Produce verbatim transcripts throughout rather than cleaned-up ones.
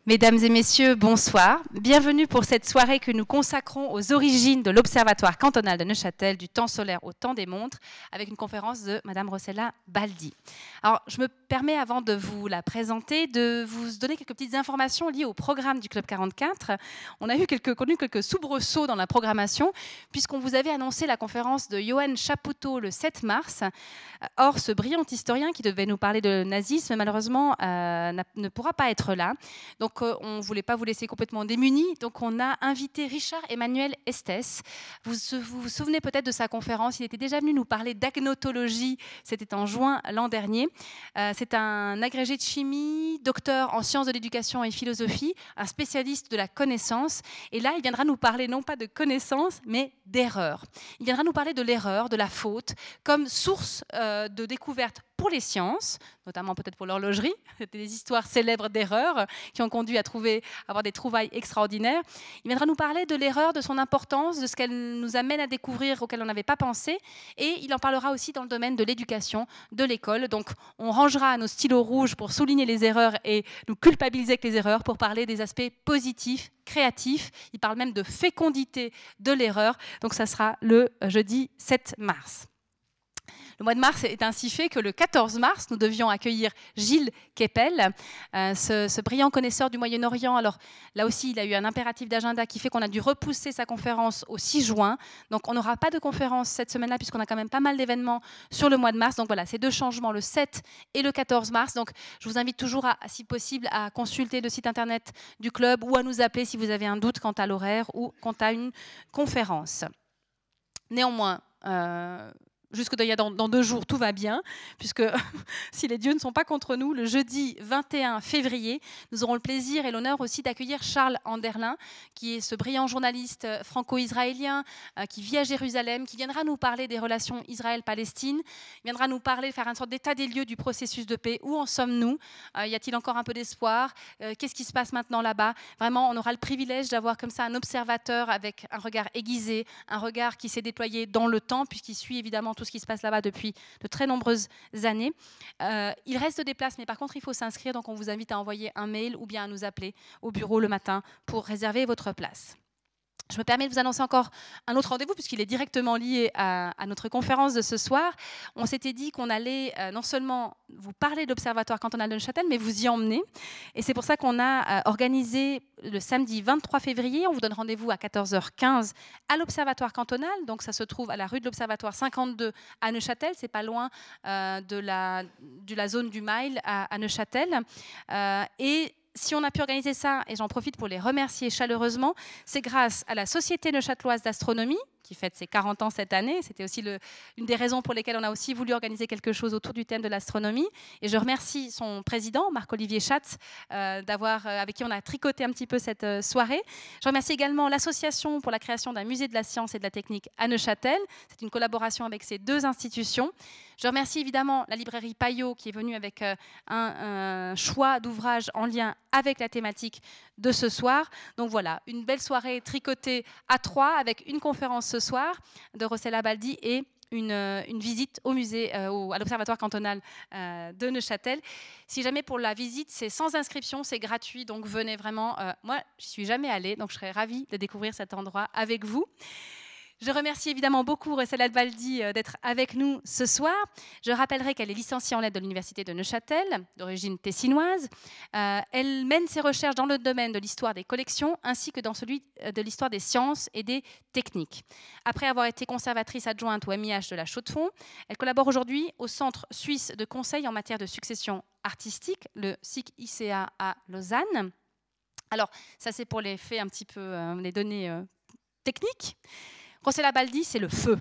Mesdames et messieurs, bonsoir. Bienvenue pour cette soirée que nous consacrons aux origines de l'Observatoire cantonal de Neuchâtel, du temps solaire au temps des montres, avec une conférence de Madame Rossella Baldi. Alors, je me permets, avant de vous la présenter, de vous donner quelques petites informations liées au programme du Club quarante-quatre. On a eu quelques, connu quelques soubresauts dans la programmation, puisqu'on vous avait annoncé la conférence de Johann Chapoutot le sept mars. Or, ce brillant historien qui devait nous parler de nazisme, malheureusement, euh, ne pourra pas être là. Donc, Donc, on ne voulait pas vous laisser complètement démunis. Donc, on a invité Richard Emmanuel Estes. Vous vous, vous souvenez peut-être de sa conférence. Il était déjà venu nous parler d'agnotologie. C'était en juin l'an dernier. Euh, c'est un agrégé de chimie, docteur en sciences de l'éducation et philosophie, un spécialiste de la connaissance. Et là, il viendra nous parler non pas de connaissance, mais d'erreur. Il viendra nous parler de l'erreur, de la faute, comme source euh, de découverte pour les sciences, notamment peut-être pour l'horlogerie. C'était des histoires célèbres d'erreurs qui ont conduit à trouver, à avoir des trouvailles extraordinaires. Il viendra nous parler de l'erreur, de son importance, de ce qu'elle nous amène à découvrir auquel on n'avait pas pensé. Et il en parlera aussi dans le domaine de l'éducation, de l'école. Donc, on rangera nos stylos rouges pour souligner les erreurs et nous culpabiliser avec les erreurs pour parler des aspects positifs, créatifs. Il parle même de fécondité de l'erreur. Donc, ça sera le jeudi sept mars. Le mois de mars est ainsi fait que le quatorze mars, nous devions accueillir Gilles Keppel, euh, ce, ce brillant connaisseur du Moyen-Orient. Alors là aussi, il a eu un impératif d'agenda qui fait qu'on a dû repousser sa conférence au six juin. Donc on n'aura pas de conférence cette semaine-là puisqu'on a quand même pas mal d'événements sur le mois de mars. Donc voilà, ces deux changements, le sept et le quatorze mars. Donc je vous invite toujours, à, si possible, à consulter le site internet du club ou à nous appeler si vous avez un doute quant à l'horaire ou quant à une conférence. Néanmoins, euh, Jusque dans, dans deux jours, tout va bien, puisque si les dieux ne sont pas contre nous, le jeudi vingt et un février, nous aurons le plaisir et l'honneur aussi d'accueillir Charles Anderlin, qui est ce brillant journaliste franco-israélien euh, qui vit à Jérusalem, qui viendra nous parler des relations Israël-Palestine, viendra nous parler, faire une sorte d'état des lieux du processus de paix. Où en sommes-nous? euh, Y a-t-il encore un peu d'espoir? euh, Qu'est-ce qui se passe maintenant là-bas? Vraiment, on aura le privilège d'avoir comme ça un observateur avec un regard aiguisé, un regard qui s'est déployé dans le temps, puisqu'il suit évidemment tout ce qui se passe là-bas depuis de très nombreuses années. Euh, il reste des places, mais par contre, il faut s'inscrire. Donc, on vous invite à envoyer un mail ou bien à nous appeler au bureau le matin pour réserver votre place. Je me permets de vous annoncer encore un autre rendez-vous puisqu'il est directement lié à, à notre conférence de ce soir. On s'était dit qu'on allait euh, non seulement vous parler de l'Observatoire cantonal de Neuchâtel, mais vous y emmener. Et c'est pour ça qu'on a euh, organisé le samedi vingt-trois février. On vous donne rendez-vous à quatorze heures quinze à l'Observatoire cantonal. Donc ça se trouve à la rue de l'Observatoire cinquante-deux à Neuchâtel. C'est pas loin euh, de, la, de la zone du Mail à, à Neuchâtel. Euh, et si on a pu organiser ça, et j'en profite pour les remercier chaleureusement, c'est grâce à la Société neuchâteloise d'astronomie, qui fête ses quarante ans cette année. C'était aussi le, une des raisons pour lesquelles on a aussi voulu organiser quelque chose autour du thème de l'astronomie. Et je remercie son président, Marc-Olivier Schatz, euh, d'avoir, euh, avec qui on a tricoté un petit peu cette euh, soirée. Je remercie également l'association pour la création d'un musée de la science et de la technique à Neuchâtel. C'est une collaboration avec ces deux institutions. Je remercie évidemment la librairie Payot qui est venue avec euh, un, un choix d'ouvrages en lien avec la thématique de ce soir. Donc voilà, une belle soirée tricotée à trois avec une conférence ce soir de Rossella Baldi et une, une visite au musée, euh, au, à l'Observatoire cantonal euh, de Neuchâtel. Si jamais pour la visite, c'est sans inscription, c'est gratuit, donc venez vraiment. Euh, moi, je n'y suis jamais allée, donc je serais ravie de découvrir cet endroit avec vous. Je remercie évidemment beaucoup Rossella Baldi d'être avec nous ce soir. Je rappellerai qu'elle est licenciée en lettres de l'Université de Neuchâtel, d'origine tessinoise. Euh, elle mène ses recherches dans le domaine de l'histoire des collections ainsi que dans celui de l'histoire des sciences et des techniques. Après avoir été conservatrice adjointe au M I H de la Chaux-de-Fonds, elle collabore aujourd'hui au Centre suisse de conseil en matière de succession artistique, le C I C I C A à Lausanne. Alors, ça c'est pour les faits un petit peu, euh, les données euh, techniques. Rossella Baldi, c'est le feu.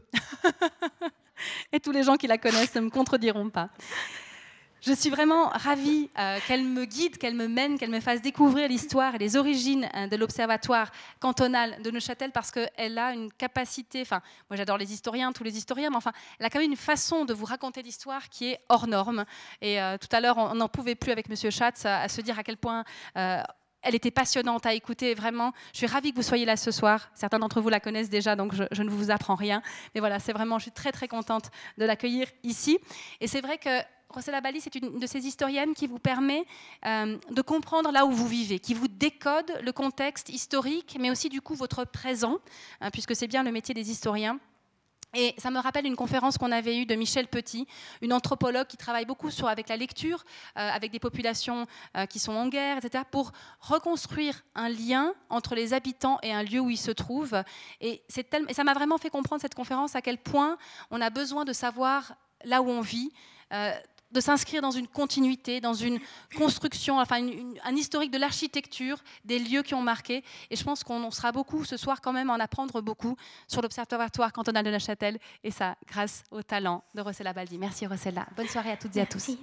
Et tous les gens qui la connaissent ne me contrediront pas. Je suis vraiment ravie euh, qu'elle me guide, qu'elle me mène, qu'elle me fasse découvrir l'histoire et les origines euh, de l'Observatoire cantonal de Neuchâtel parce qu'elle a une capacité, enfin, moi j'adore les historiens, tous les historiens, mais enfin, elle a quand même une façon de vous raconter l'histoire qui est hors norme. Et euh, tout à l'heure, on n'en pouvait plus avec Monsieur Schatz à, à se dire à quel point... Euh, Elle était passionnante à écouter, vraiment. Je suis ravie que vous soyez là ce soir. Certains d'entre vous la connaissent déjà, donc je, je ne vous apprends rien. Mais voilà, c'est vraiment, je suis très, très contente de l'accueillir ici. Et c'est vrai que Rossella Baldi, c'est une de ces historiennes qui vous permet euh, de comprendre là où vous vivez, qui vous décode le contexte historique, mais aussi du coup votre présent, hein, puisque c'est bien le métier des historiens. Et ça me rappelle une conférence qu'on avait eue de Michel Petit, une anthropologue qui travaille beaucoup sur, avec la lecture, euh, avec des populations euh, qui sont en guerre, et cetera, pour reconstruire un lien entre les habitants et un lieu où ils se trouvent. Et, c'est tel... et ça m'a vraiment fait comprendre, cette conférence, à quel point on a besoin de savoir là où on vit, euh, de s'inscrire dans une continuité, dans une construction, enfin une, une, un historique de l'architecture, des lieux qui ont marqué. Et je pense qu'on sera beaucoup ce soir quand même à en apprendre beaucoup sur l'Observatoire cantonal de Neuchâtel, et ça grâce au talent de Rossella Baldi. Merci Rossella. Bonne soirée à toutes et à tous.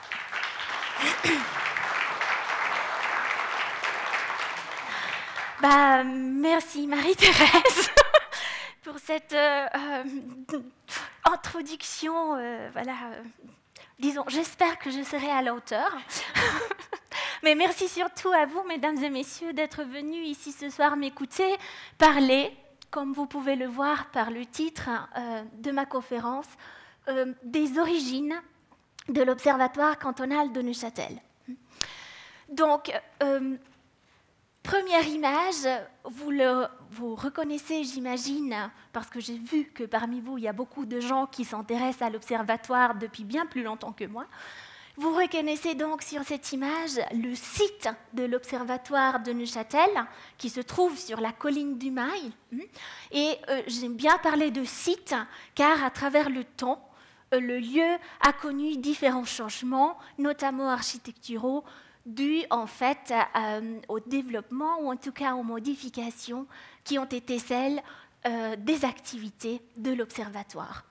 Bah, merci Marie-Thérèse pour cette euh, euh, introduction, euh, voilà. Euh, Disons, j'espère que je serai à la hauteur. Mais merci surtout à vous, mesdames et messieurs, d'être venus ici ce soir m'écouter, parler, comme vous pouvez le voir par le titre euh, de ma conférence, euh, des origines de l'Observatoire cantonal de Neuchâtel. Donc, euh, première image, vous le vous reconnaissez, j'imagine, parce que j'ai vu que parmi vous, il y a beaucoup de gens qui s'intéressent à l'Observatoire depuis bien plus longtemps que moi. Vous reconnaissez donc sur cette image le site de l'Observatoire de Neuchâtel, qui se trouve sur la colline du Mail. Et euh, j'aime bien parler de site, car à travers le temps, euh, le lieu a connu différents changements, notamment architecturaux, dû en fait euh, au développement ou en tout cas aux modifications qui ont été celles euh, des activités de l'Observatoire.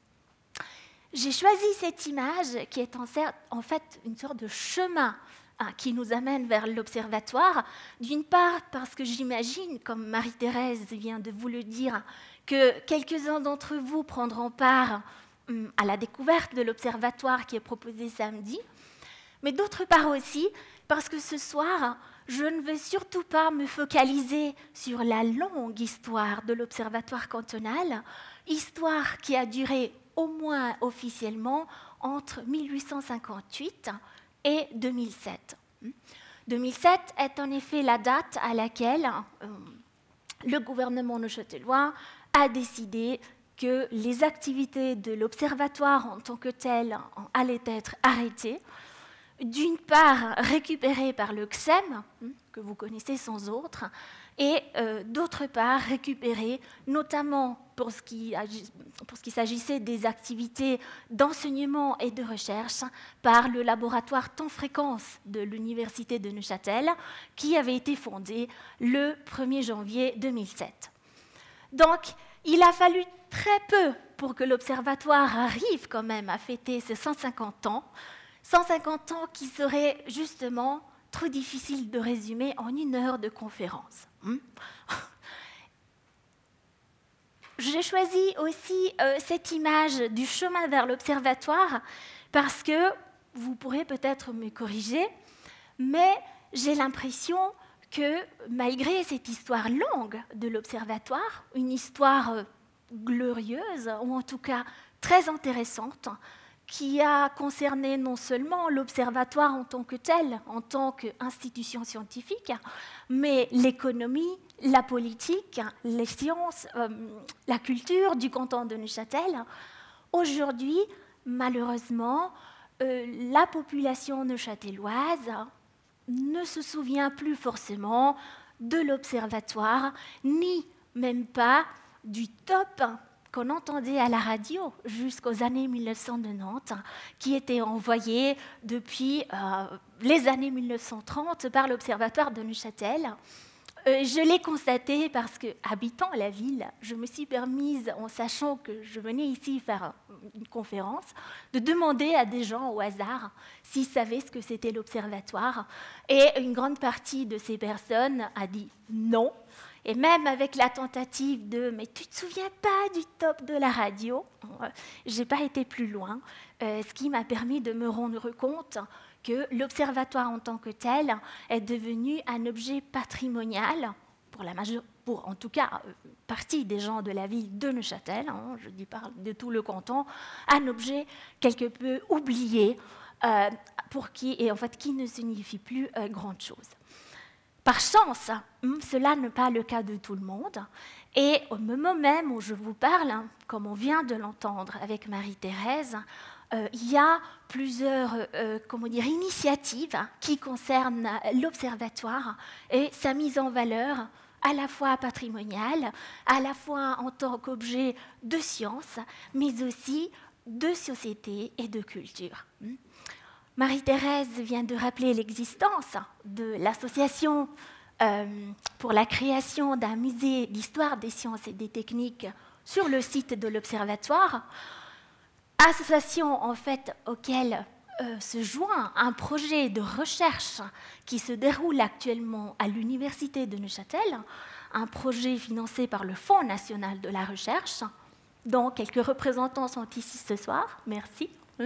J'ai choisi cette image qui est en, en fait une sorte de chemin hein, qui nous amène vers l'Observatoire, d'une part parce que j'imagine, comme Marie-Thérèse vient de vous le dire, que quelques-uns d'entre vous prendront part hum, à la découverte de l'Observatoire qui est proposée samedi, mais d'autre part aussi, parce que ce soir, je ne veux surtout pas me focaliser sur la longue histoire de l'Observatoire cantonal, histoire qui a duré au moins officiellement entre mille huit cent cinquante-huit et deux mille sept. deux mille sept est en effet la date à laquelle euh, le gouvernement neuchâtelois a décidé que les activités de l'Observatoire en tant que telles allaient être arrêtées, d'une part récupéré par le C S E M, que vous connaissez sans autre, et euh, d'autre part récupéré notamment pour ce qui, pour ce qui s'agissait des activités d'enseignement et de recherche par le laboratoire temps-fréquence de l'Université de Neuchâtel, qui avait été fondé le premier janvier deux mille sept. Donc, il a fallu très peu pour que l'Observatoire arrive quand même à fêter ses cent cinquante ans, cent cinquante ans qui seraient justement trop difficiles de résumer en une heure de conférence. J'ai choisi aussi euh, cette image du chemin vers l'Observatoire parce que, vous pourrez peut-être me corriger, mais j'ai l'impression que malgré cette histoire longue de l'Observatoire, une histoire euh, glorieuse, ou en tout cas très intéressante, qui a concerné non seulement l'Observatoire en tant que tel, en tant qu'institution scientifique, mais l'économie, la politique, les sciences, euh, la culture du canton de Neuchâtel. Aujourd'hui, malheureusement, euh, la population neuchâteloise ne se souvient plus forcément de l'Observatoire, ni même pas du top qu'on entendait à la radio jusqu'aux années mille neuf cent quatre-vingt-dix, qui était envoyé depuis euh, les années mille neuf cent trente par l'Observatoire de Neuchâtel. Euh, je l'ai constaté parce que, habitant la ville, je me suis permise, en sachant que je venais ici faire une conférence, de demander à des gens au hasard s'ils savaient ce que c'était l'Observatoire. Et une grande partie de ces personnes a dit non. Et même avec la tentative de « mais tu ne te souviens pas du top de la radio ?» je n'ai pas été plus loin, euh, ce qui m'a permis de me rendre compte que l'Observatoire en tant que tel est devenu un objet patrimonial, pour pour, la majeure, pour en tout cas partie des gens de la ville de Neuchâtel, hein, je dis parle de tout le canton, un objet quelque peu oublié euh, pour qui, et en fait, qui ne signifie plus euh, grande chose. Par chance, cela n'est pas le cas de tout le monde. Et au moment même où je vous parle, comme on vient de l'entendre avec Marie-Thérèse, euh, il y a plusieurs euh, comment dire, initiatives qui concernent l'Observatoire et sa mise en valeur à la fois patrimoniale, à la fois en tant qu'objet de science, mais aussi de société et de culture. Marie-Thérèse vient de rappeler l'existence de l'association euh, pour la création d'un musée d'histoire des sciences et des techniques sur le site de l'Observatoire, association en fait auquel euh, se joint un projet de recherche qui se déroule actuellement à l'Université de Neuchâtel, un projet financé par le Fonds national de la recherche, dont quelques représentants sont ici ce soir. Merci.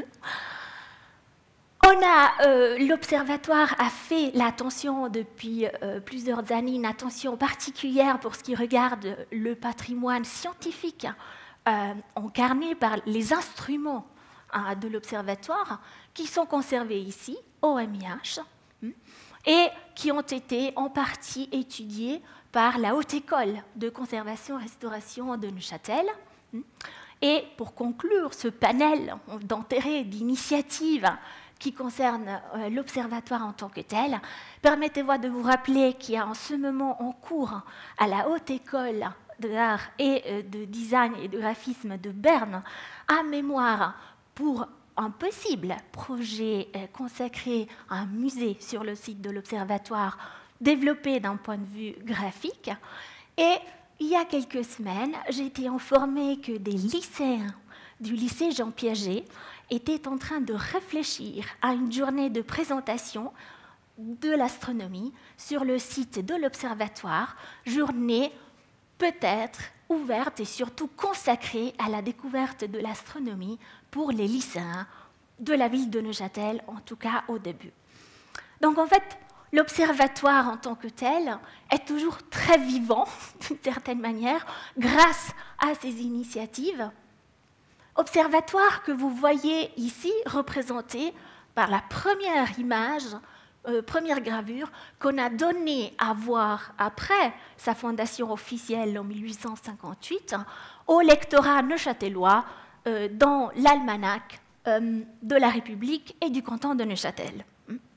On a, euh, l'Observatoire a fait l'attention depuis euh, plusieurs années, une attention particulière pour ce qui regarde le patrimoine scientifique euh, incarné par les instruments hein, de l'Observatoire qui sont conservés ici, au M I H, et qui ont été en partie étudiés par la Haute École de Conservation-Restauration de Neuchâtel. Et pour conclure ce panel d'intérêts, d'initiatives qui concerne euh, l'Observatoire en tant que tel, permettez-moi de vous rappeler qu'il y a en ce moment en cours à la Haute École d'Art et euh, de Design et de Graphisme de Berne un mémoire pour un possible projet euh, consacré à un musée sur le site de l'Observatoire développé d'un point de vue graphique. Et il y a quelques semaines, j'ai été informée que des lycéens du lycée Jean Piaget étaient en train de réfléchir à une journée de présentation de l'astronomie sur le site de l'Observatoire, journée peut-être ouverte et surtout consacrée à la découverte de l'astronomie pour les lycéens de la ville de Neuchâtel, en tout cas au début. Donc en fait, l'Observatoire en tant que tel est toujours très vivant, d'une certaine manière, grâce à ces initiatives. Observatoire que vous voyez ici représenté par la première image, euh, première gravure qu'on a donnée à voir après sa fondation officielle en mille huit cent cinquante-huit au lectorat neuchâtelois euh, dans l'almanach euh, de la République et du canton de Neuchâtel.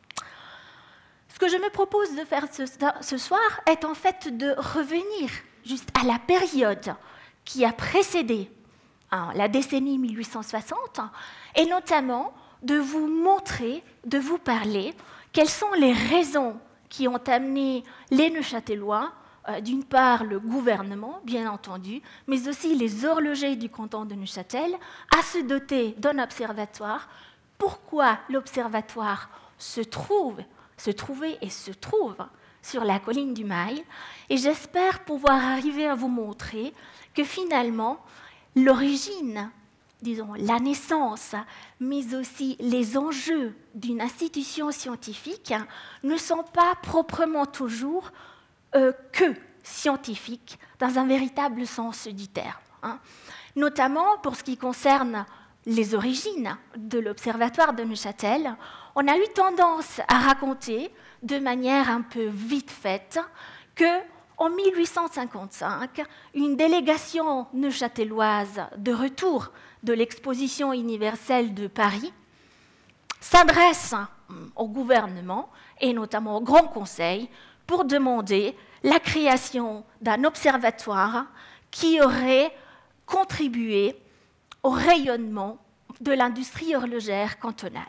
Ce que je me propose de faire ce, ce soir est en fait de revenir juste à la période qui a précédé la décennie mille huit cent soixante, et notamment de vous montrer, de vous parler, quelles sont les raisons qui ont amené les Neuchâtelois, euh, d'une part le gouvernement, bien entendu, mais aussi les horlogers du canton de Neuchâtel, à se doter d'un observatoire. Pourquoi l'observatoire se trouve, se trouvait et se trouve sur la colline du Mail, et j'espère pouvoir arriver à vous montrer que finalement, l'origine, disons, la naissance, mais aussi les enjeux d'une institution scientifique ne sont pas proprement toujours euh, que scientifiques dans un véritable sens du terme. Hein. Notamment pour ce qui concerne les origines de l'Observatoire de Neuchâtel, on a eu tendance à raconter de manière un peu vite faite que en mille huit cent cinquante-cinq, une délégation neuchâteloise de retour de l'exposition universelle de Paris s'adresse au gouvernement et notamment au Grand Conseil pour demander la création d'un observatoire qui aurait contribué au rayonnement de l'industrie horlogère cantonale.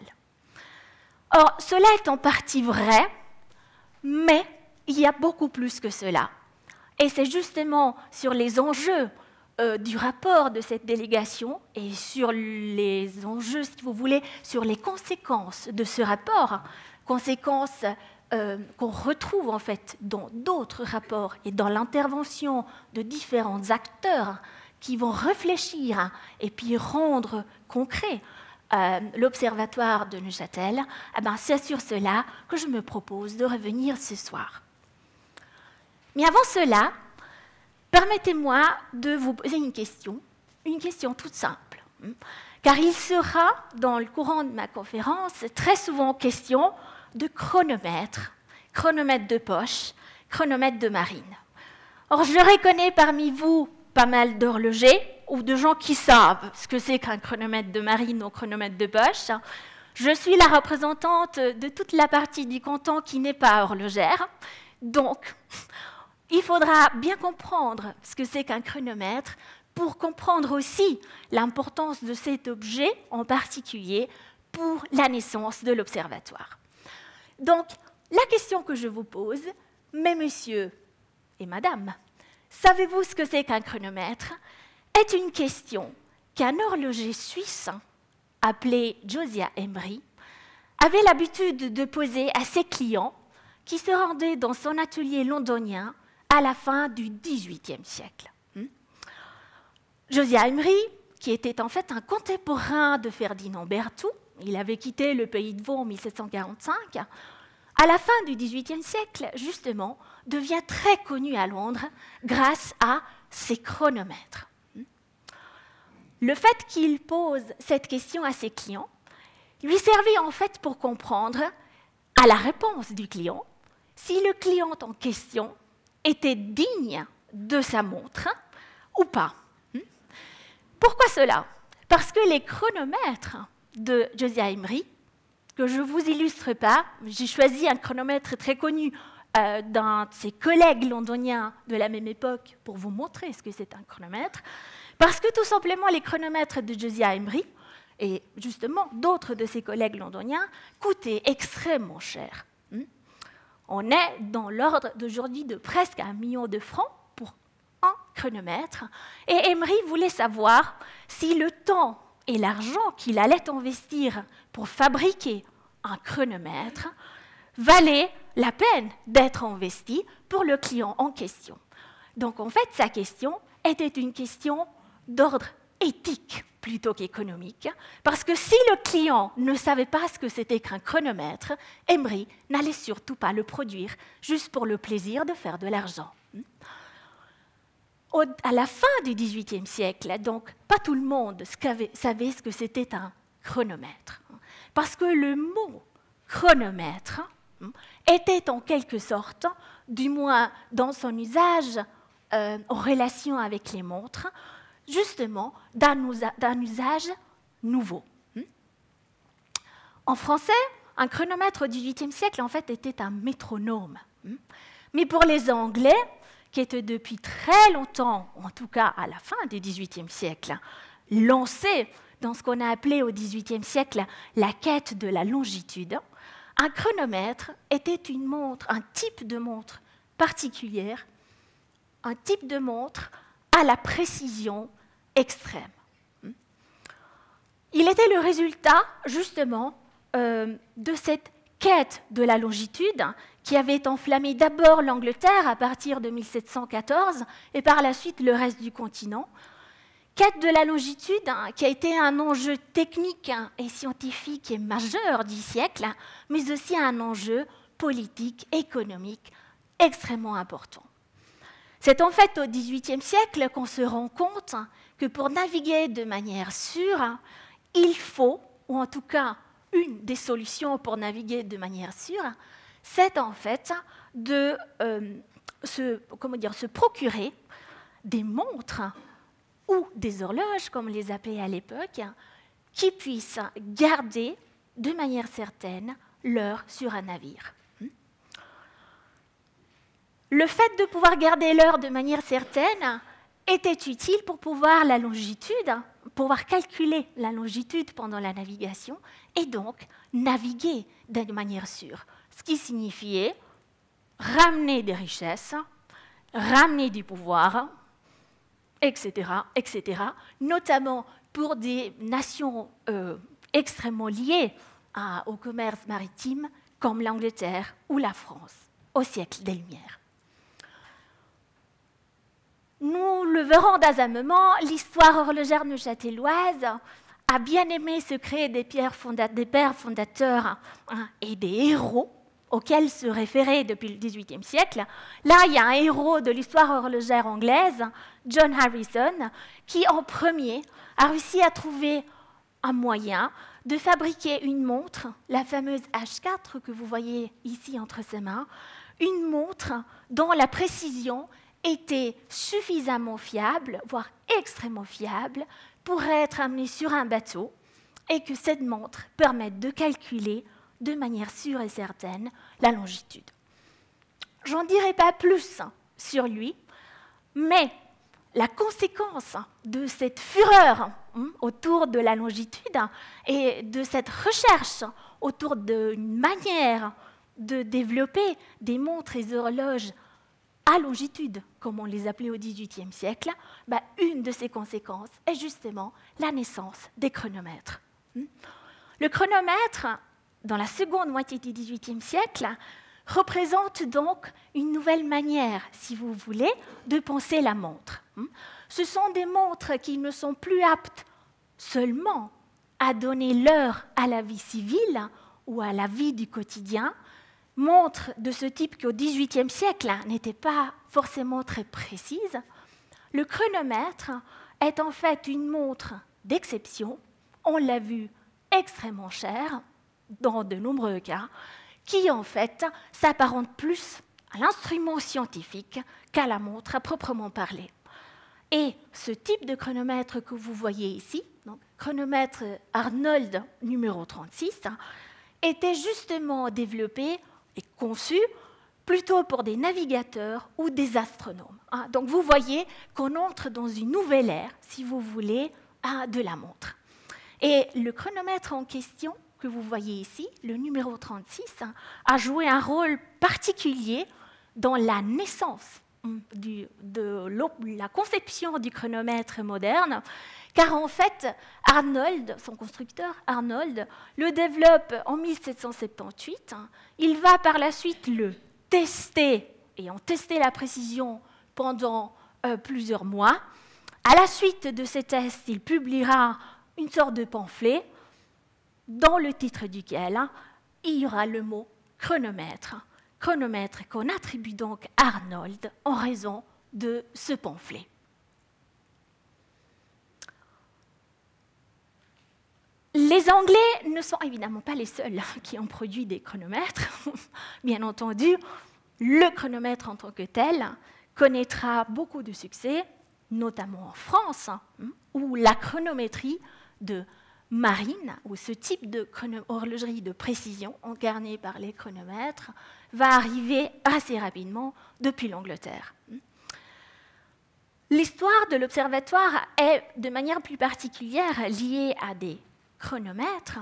Or, cela est en partie vrai, mais il y a beaucoup plus que cela. Et c'est justement sur les enjeux euh, du rapport de cette délégation et sur les enjeux, si vous voulez, sur les conséquences de ce rapport, conséquences euh, qu'on retrouve en fait dans d'autres rapports et dans l'intervention de différents acteurs qui vont réfléchir et puis rendre concret euh, l'Observatoire de Neuchâtel, eh ben, c'est sur cela que je me propose de revenir ce soir. Mais avant cela, permettez-moi de vous poser une question, une question toute simple. Car il sera, dans le courant de ma conférence, très souvent question de chronomètre, chronomètre de poche, chronomètre de marine. Or, je reconnais parmi vous pas mal d'horlogers ou de gens qui savent ce que c'est qu'un chronomètre de marine ou chronomètre de poche. Je suis la représentante de toute la partie du canton qui n'est pas horlogère. Donc, il faudra bien comprendre ce que c'est qu'un chronomètre pour comprendre aussi l'importance de cet objet en particulier pour la naissance de l'observatoire. Donc, la question que je vous pose, mes messieurs et madame, savez-vous ce que c'est qu'un chronomètre, est une question qu'un horloger suisse appelé Josiah Emery avait l'habitude de poser à ses clients qui se rendaient dans son atelier londonien à la fin du dix-huitième siècle. Josiah Emery, qui était en fait un contemporain de Ferdinand Berthoud, il avait quitté le Pays de Vaud en mille sept cent quarante-cinq, à la fin du dix-huitième siècle, justement, devient très connu à Londres grâce à ses chronomètres. Le fait qu'il pose cette question à ses clients lui servit en fait pour comprendre, à la réponse du client, si le client en question était digne de sa montre ou pas. Pourquoi cela? Parce que les chronomètres de Josiah Emery, que je ne vous illustre pas, j'ai choisi un chronomètre très connu euh, d'un de ses collègues londoniens de la même époque pour vous montrer ce que c'est un chronomètre, parce que tout simplement les chronomètres de Josiah Emery et justement d'autres de ses collègues londoniens coûtaient extrêmement cher. On est dans l'ordre d'aujourd'hui de presque un million de francs pour un chronomètre. Et Emery voulait savoir si le temps et l'argent qu'il allait investir pour fabriquer un chronomètre valaient la peine d'être investi pour le client en question. Donc en fait, sa question était une question d'ordre éthique plutôt qu'économique, parce que si le client ne savait pas ce que c'était qu'un chronomètre, Emery n'allait surtout pas le produire, juste pour le plaisir de faire de l'argent. Au, à la fin du dix-huitième siècle, donc, pas tout le monde savait ce que c'était un chronomètre, parce que le mot chronomètre était en quelque sorte, du moins dans son usage euh, en relation avec les montres, justement d'un usage nouveau. En français, un chronomètre au dix-huitième siècle, en fait, était un métronome. Mais pour les Anglais, qui étaient depuis très longtemps, en tout cas à la fin du dix-huitième siècle, lancés dans ce qu'on a appelé au dix-huitième siècle la quête de la longitude, un chronomètre était une montre, un type de montre particulière, un type de montre à la précision extrême. Il était le résultat, justement, euh, de cette quête de la longitude qui avait enflammé d'abord l'Angleterre à partir de mille sept cent quatorze et par la suite le reste du continent. Quête de la longitude hein, qui a été un enjeu technique hein, et scientifique et majeur du siècle, hein, mais aussi un enjeu politique, économique extrêmement important. C'est en fait au dix-huitième siècle qu'on se rend compte que pour naviguer de manière sûre, il faut, ou en tout cas une des solutions pour naviguer de manière sûre, c'est en fait de euh, se, comment dire, se procurer des montres ou des horloges, comme on les appelait à l'époque, qui puissent garder de manière certaine l'heure sur un navire. Le fait de pouvoir garder l'heure de manière certaine était utile pour pouvoir la longitude, pouvoir calculer la longitude pendant la navigation et donc naviguer de manière sûre. Ce qui signifiait ramener des richesses, ramener du pouvoir, et cetera, et cetera, notamment pour des nations euh, extrêmement liées à, au commerce maritime comme l'Angleterre ou la France au siècle des Lumières. Nous le verrons dans un moment, l'histoire horlogère neuchâteloise a bien aimé se créer des, fonda- des pères fondateurs hein, et des héros auquel se référer depuis le dix-huitième siècle. Là, il y a un héros de l'histoire horlogère anglaise, John Harrison, qui en premier a réussi à trouver un moyen de fabriquer une montre, la fameuse H quatre que vous voyez ici entre ses mains, une montre dont la précision était suffisamment fiable, voire extrêmement fiable, pour être amenée sur un bateau et que cette montre permette de calculer de manière sûre et certaine la longitude. J'en dirai pas plus sur lui, mais la conséquence de cette fureur autour de la longitude et de cette recherche autour d'une manière de développer des montres et des horloges à longitude, comme on les appelait au dix-huitième siècle, bah, une de ces conséquences est justement la naissance des chronomètres. Le chronomètre, dans la seconde moitié du dix-huitième siècle, représente donc une nouvelle manière, si vous voulez, de penser la montre. Ce sont des montres qui ne sont plus aptes seulement à donner l'heure à la vie civile ou à la vie du quotidien, montres de ce type qui au dix-huitième siècle n'étaient pas forcément très précises. Le chronomètre est en fait une montre d'exception, on l'a vu extrêmement chère dans de nombreux cas, qui en fait s'apparente plus à l'instrument scientifique qu'à la montre à proprement parler. Et ce type de chronomètre que vous voyez ici, donc chronomètre Arnold numéro trente-six, était justement développé et conçu plutôt pour des navigateurs ou des astronomes. Donc vous voyez qu'on entre dans une nouvelle ère, si vous voulez, de la montre. Et le chronomètre en question que vous voyez ici, le numéro trente-six, a joué un rôle particulier dans la naissance du, de la conception du chronomètre moderne, car en fait, Arnold, son constructeur Arnold, le développe en mille sept cent soixante-dix-huit. Il va par la suite le tester, et en tester la précision pendant euh, plusieurs mois. À la suite de ces tests, il publiera une sorte de pamphlet dans le titre duquel il y aura le mot chronomètre, chronomètre qu'on attribue donc à Arnold en raison de ce pamphlet. Les Anglais ne sont évidemment pas les seuls qui ont produit des chronomètres. Bien entendu, le chronomètre en tant que tel connaîtra beaucoup de succès, notamment en France, où la chronométrie de marine, ou ce type de horlogerie de précision incarnée par les chronomètres, va arriver assez rapidement depuis l'Angleterre. L'histoire de l'observatoire est de manière plus particulière liée à des chronomètres,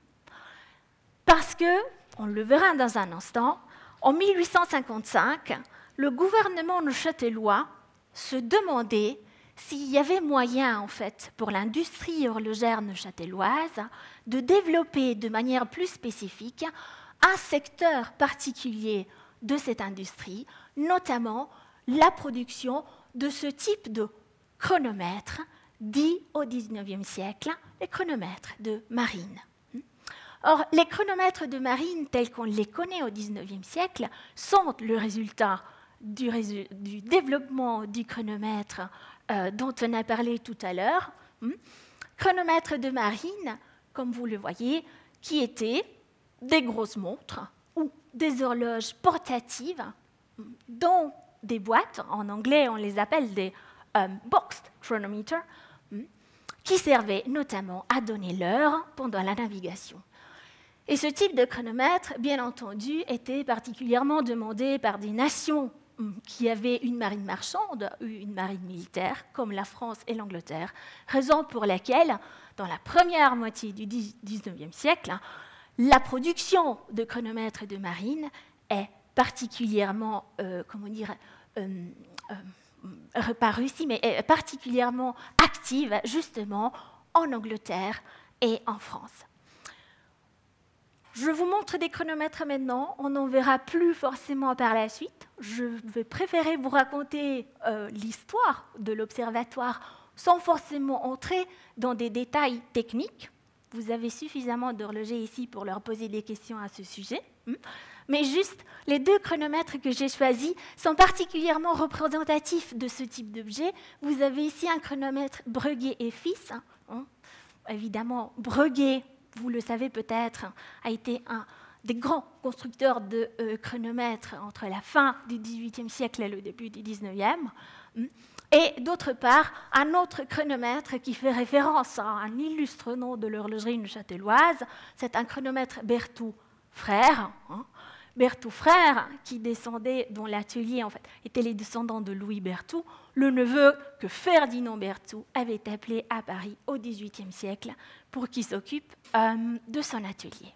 parce que, on le verra dans un instant, en mille huit cent cinquante-cinq, le gouvernement neuchâtelois se demandait s'il y avait moyen, en fait, pour l'industrie horlogère neuchâteloise de développer de manière plus spécifique un secteur particulier de cette industrie, notamment la production de ce type de chronomètre dit au dix-neuvième siècle les chronomètres de marine. Or, les chronomètres de marine tels qu'on les connaît au dix-neuvième siècle sont le résultat du, résu- du développement du chronomètre euh, dont on a parlé tout à l'heure. Chronomètres de marine, comme vous le voyez, qui étaient des grosses montres ou des horloges portatives dans des boîtes, en anglais on les appelle des um, boxed chronometers, qui servaient notamment à donner l'heure pendant la navigation. Et ce type de chronomètre, bien entendu, était particulièrement demandé par des nations qui avaient une marine marchande ou une marine militaire, comme la France et l'Angleterre, raison pour laquelle, dans la première moitié du dix-neuvième siècle, la production de chronomètres de marine est particulièrement, euh, comment dire, euh, euh, pas réussie, mais est particulièrement active, justement, en Angleterre et en France. Je vous montre des chronomètres maintenant, on n'en verra plus forcément par la suite. Je vais préférer vous raconter euh, l'histoire de l'observatoire sans forcément entrer dans des détails techniques. Vous avez suffisamment d'horlogers ici pour leur poser des questions à ce sujet. mais juste les deux chronomètres que j'ai choisis sont particulièrement représentatifs de ce type d'objet. Vous avez ici un chronomètre Breguet et Fils. Hein. Évidemment, Breguet, vous le savez peut-être, a été un des grands constructeurs de euh, chronomètres entre la fin du dix-huitième siècle et le début du dix-neuvième. Et d'autre part, un autre chronomètre qui fait référence à un illustre nom de l'horlogerie neuchâteloise, c'est un chronomètre Berthoud frère. Hein. Berthoud frère, qui descendait, dont l'atelier en fait, était les descendants de Louis Berthoud, le neveu que Ferdinand Berthoud avait appelé à Paris au dix-huitième siècle pour qu'il s'occupe euh, de son atelier.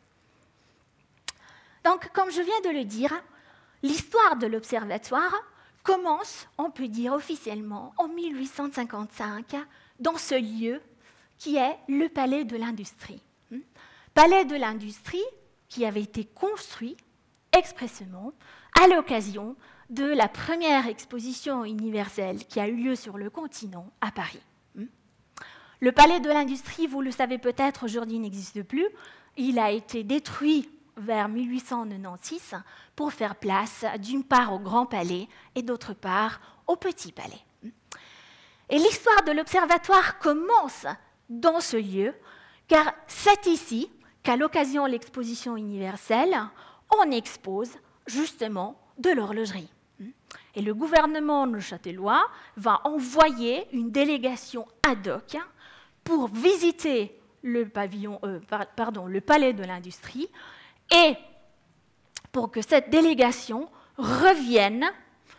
Donc, comme je viens de le dire, l'histoire de l'observatoire commence, on peut dire officiellement, en mille huit cent cinquante-cinq, dans ce lieu qui est le Palais de l'Industrie. Palais de l'Industrie qui avait été construit expressément à l'occasion de la première exposition universelle qui a eu lieu sur le continent à Paris. Le Palais de l'Industrie, vous le savez peut-être, aujourd'hui n'existe plus. Il a été détruit vers mille huit cent quatre-vingt-seize pour faire place d'une part au Grand Palais et d'autre part au Petit Palais. Et l'histoire de l'Observatoire commence dans ce lieu, car c'est ici qu'à l'occasion de l'exposition universelle, on expose justement de l'horlogerie. Et le gouvernement neuchâtelois va envoyer une délégation ad hoc pour visiter le, pavillon, euh, pardon, le Palais de l'Industrie, et pour que cette délégation revienne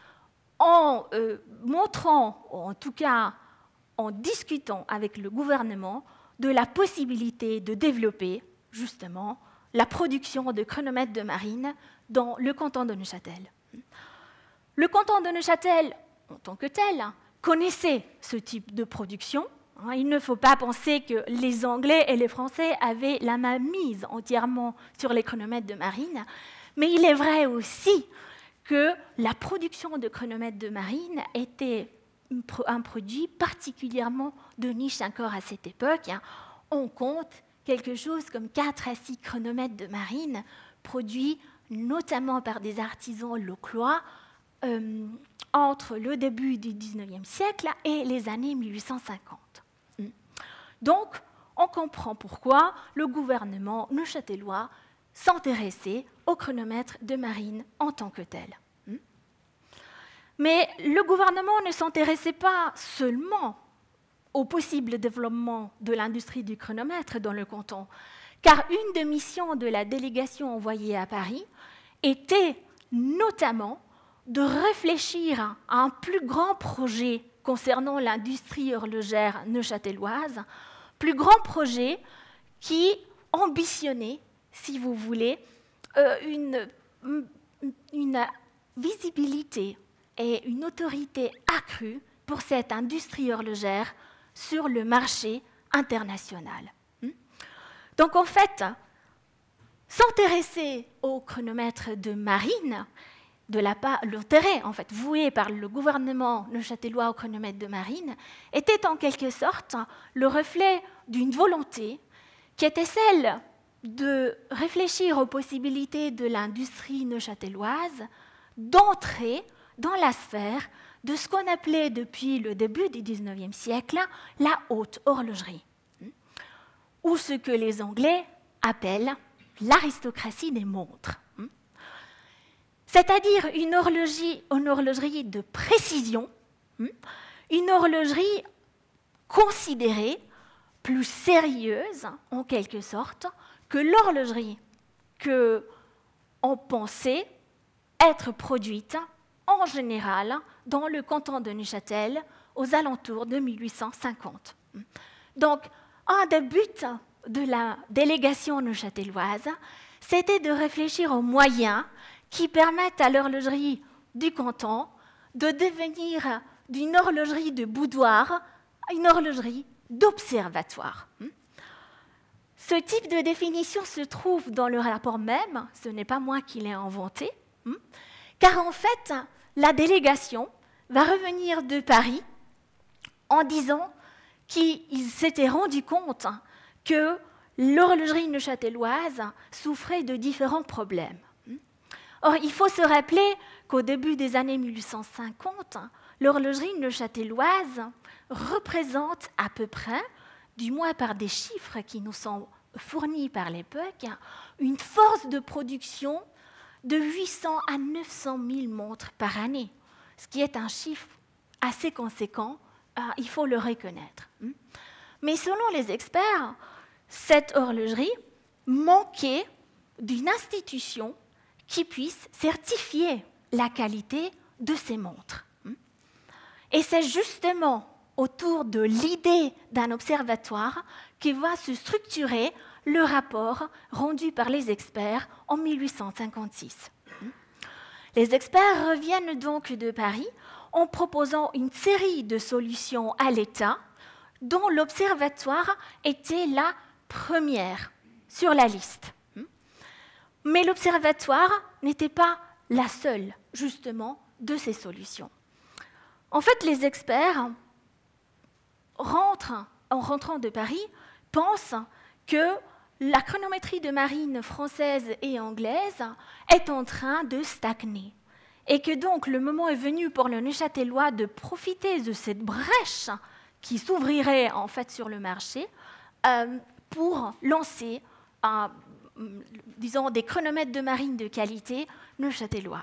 en euh, montrant, en tout cas en discutant avec le gouvernement, de la possibilité de développer justement la production de chronomètres de marine dans le canton de Neuchâtel. Le canton de Neuchâtel, en tant que tel, connaissait ce type de production. Il ne faut pas penser que les Anglais et les Français avaient la main mise entièrement sur les chronomètres de marine, mais il est vrai aussi que la production de chronomètres de marine était un produit particulièrement de niche encore à cette époque. On compte quelque chose comme quatre à six chronomètres de marine produits notamment par des artisans localois euh, entre le début du dix-neuvième siècle et les années mille huit cent cinquante. Donc, on comprend pourquoi le gouvernement neuchâtelois s'intéressait au chronomètre de marine en tant que tel. Mais le gouvernement ne s'intéressait pas seulement au possible développement de l'industrie du chronomètre dans le canton, car une des missions de la délégation envoyée à Paris était notamment de réfléchir à un plus grand projet concernant l'industrie horlogère neuchâteloise, plus grand projet qui ambitionnait, si vous voulez, euh, une, une visibilité et une autorité accrue pour cette industrie horlogère sur le marché international. Donc en fait, s'intéresser au chronomètre de marine, de la part, l'intérêt en fait voué par le gouvernement neuchâtelois au chronomètre de marine, était en quelque sorte le reflet d'une volonté qui était celle de réfléchir aux possibilités de l'industrie neuchâteloise d'entrer dans la sphère de ce qu'on appelait depuis le début du dix-neuvième siècle la haute horlogerie, ou ce que les Anglais appellent l'aristocratie des montres. C'est-à-dire une horlogerie, une horlogerie de précision, une horlogerie considérée plus sérieuse, en quelque sorte, que l'horlogerie qu'on pensait être produite en général dans le canton de Neuchâtel aux alentours de mille huit cent cinquante. Donc, un des buts de la délégation neuchâteloise, c'était de réfléchir aux moyens qui permettent à l'horlogerie du canton de devenir d'une horlogerie de boudoir à une horlogerie d'observatoire. Ce type de définition se trouve dans le rapport même, ce n'est pas moi qui l'ai inventé, car en fait, la délégation va revenir de Paris en disant qu'ils s'étaient rendus compte que l'horlogerie neuchâteloise souffrait de différents problèmes. Or, il faut se rappeler qu'au début des années mille huit cent cinquante, l'horlogerie neuchâteloise représente à peu près, du moins par des chiffres qui nous sont fournis par l'époque, une force de production de huit cents à neuf cent mille montres par année, ce qui est un chiffre assez conséquent, euh, il faut le reconnaître. Mais selon les experts, cette horlogerie manquait d'une institution qui puisse certifier la qualité de ces montres. Et c'est justement autour de l'idée d'un observatoire qui va se structurer le rapport rendu par les experts en mille huit cent cinquante-six. Les experts reviennent donc de Paris en proposant une série de solutions à l'État dont l'observatoire était la première sur la liste. Mais l'observatoire n'était pas la seule, justement, de ces solutions. En fait, les experts, rentrent, en rentrant de Paris, pensent que la chronométrie de marine française et anglaise est en train de stagner et que donc le moment est venu pour le Neuchâtelois de profiter de cette brèche qui s'ouvrirait en fait sur le marché euh, pour lancer euh, disons, des chronomètres de marine de qualité neuchâtelois.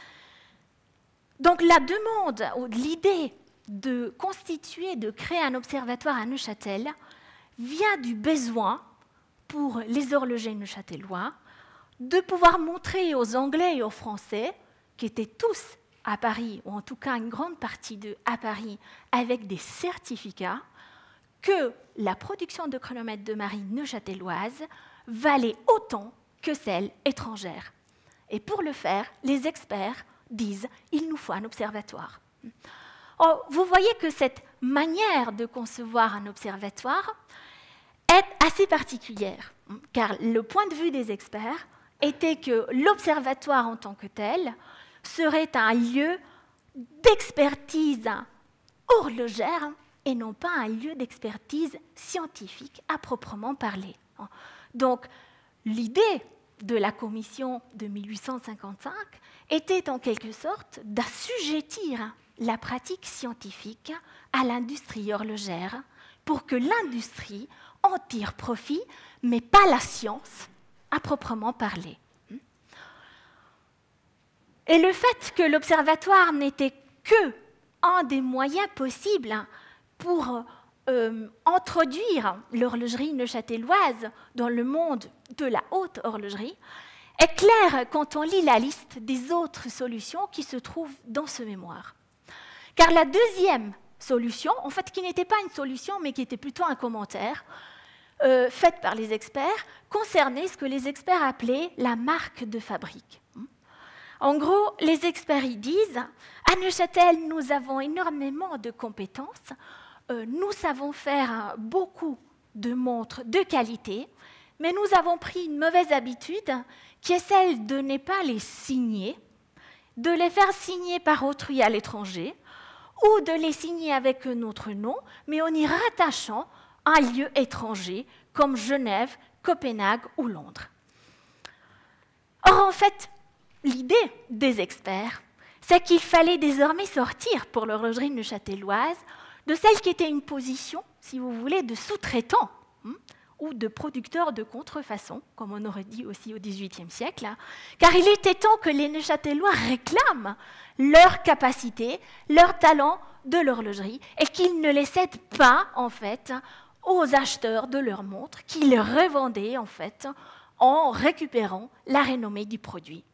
Donc la demande ou l'idée de constituer, de créer un observatoire à Neuchâtel vient du besoin pour les horlogers neuchâtelois de pouvoir montrer aux Anglais et aux Français, qui étaient tous à Paris, ou en tout cas une grande partie d'eux à Paris, avec des certificats, que la production de chronomètres de marine neuchâteloise valait autant que celle étrangère. Et pour le faire, les experts disent qu'il nous faut un observatoire. Or, vous voyez que cette manière de concevoir un observatoire est assez particulière, car le point de vue des experts était que l'observatoire en tant que tel serait un lieu d'expertise horlogère et non pas un lieu d'expertise scientifique à proprement parler. Donc, l'idée de la commission de mille huit cent cinquante-cinq était en quelque sorte d'assujettir la pratique scientifique à l'industrie horlogère pour que l'industrie en tire profit, mais pas la science à proprement parler. Et le fait que l'observatoire n'était que un des moyens possibles pour euh, introduire l'horlogerie neuchâteloise dans le monde de la haute horlogerie est clair quand on lit la liste des autres solutions qui se trouvent dans ce mémoire. Car la deuxième solution, en fait qui n'était pas une solution mais qui était plutôt un commentaire, euh, fait par les experts, concernait ce que les experts appelaient la marque de fabrique. En gros, les experts y disent « À Neuchâtel, nous avons énormément de compétences, euh, nous savons faire beaucoup de montres de qualité, mais nous avons pris une mauvaise habitude qui est celle de ne pas les signer, de les faire signer par autrui à l'étranger, ou de les signer avec notre nom, mais en y rattachant un lieu étranger comme Genève, Copenhague ou Londres. » Or, en fait, l'idée des experts, c'est qu'il fallait désormais sortir pour l'horlogerie neuchâteloise de celle qui était une position, si vous voulez, de sous-traitant hein, ou de producteur de contrefaçon, comme on aurait dit aussi au dix-huitième siècle, hein, car il était temps que les Neuchâtelois réclament leur capacité, leur talent de l'horlogerie et qu'ils ne les cèdent pas, en fait, aux acheteurs de leurs montres, qui les revendaient, en fait, en récupérant la renommée du produit.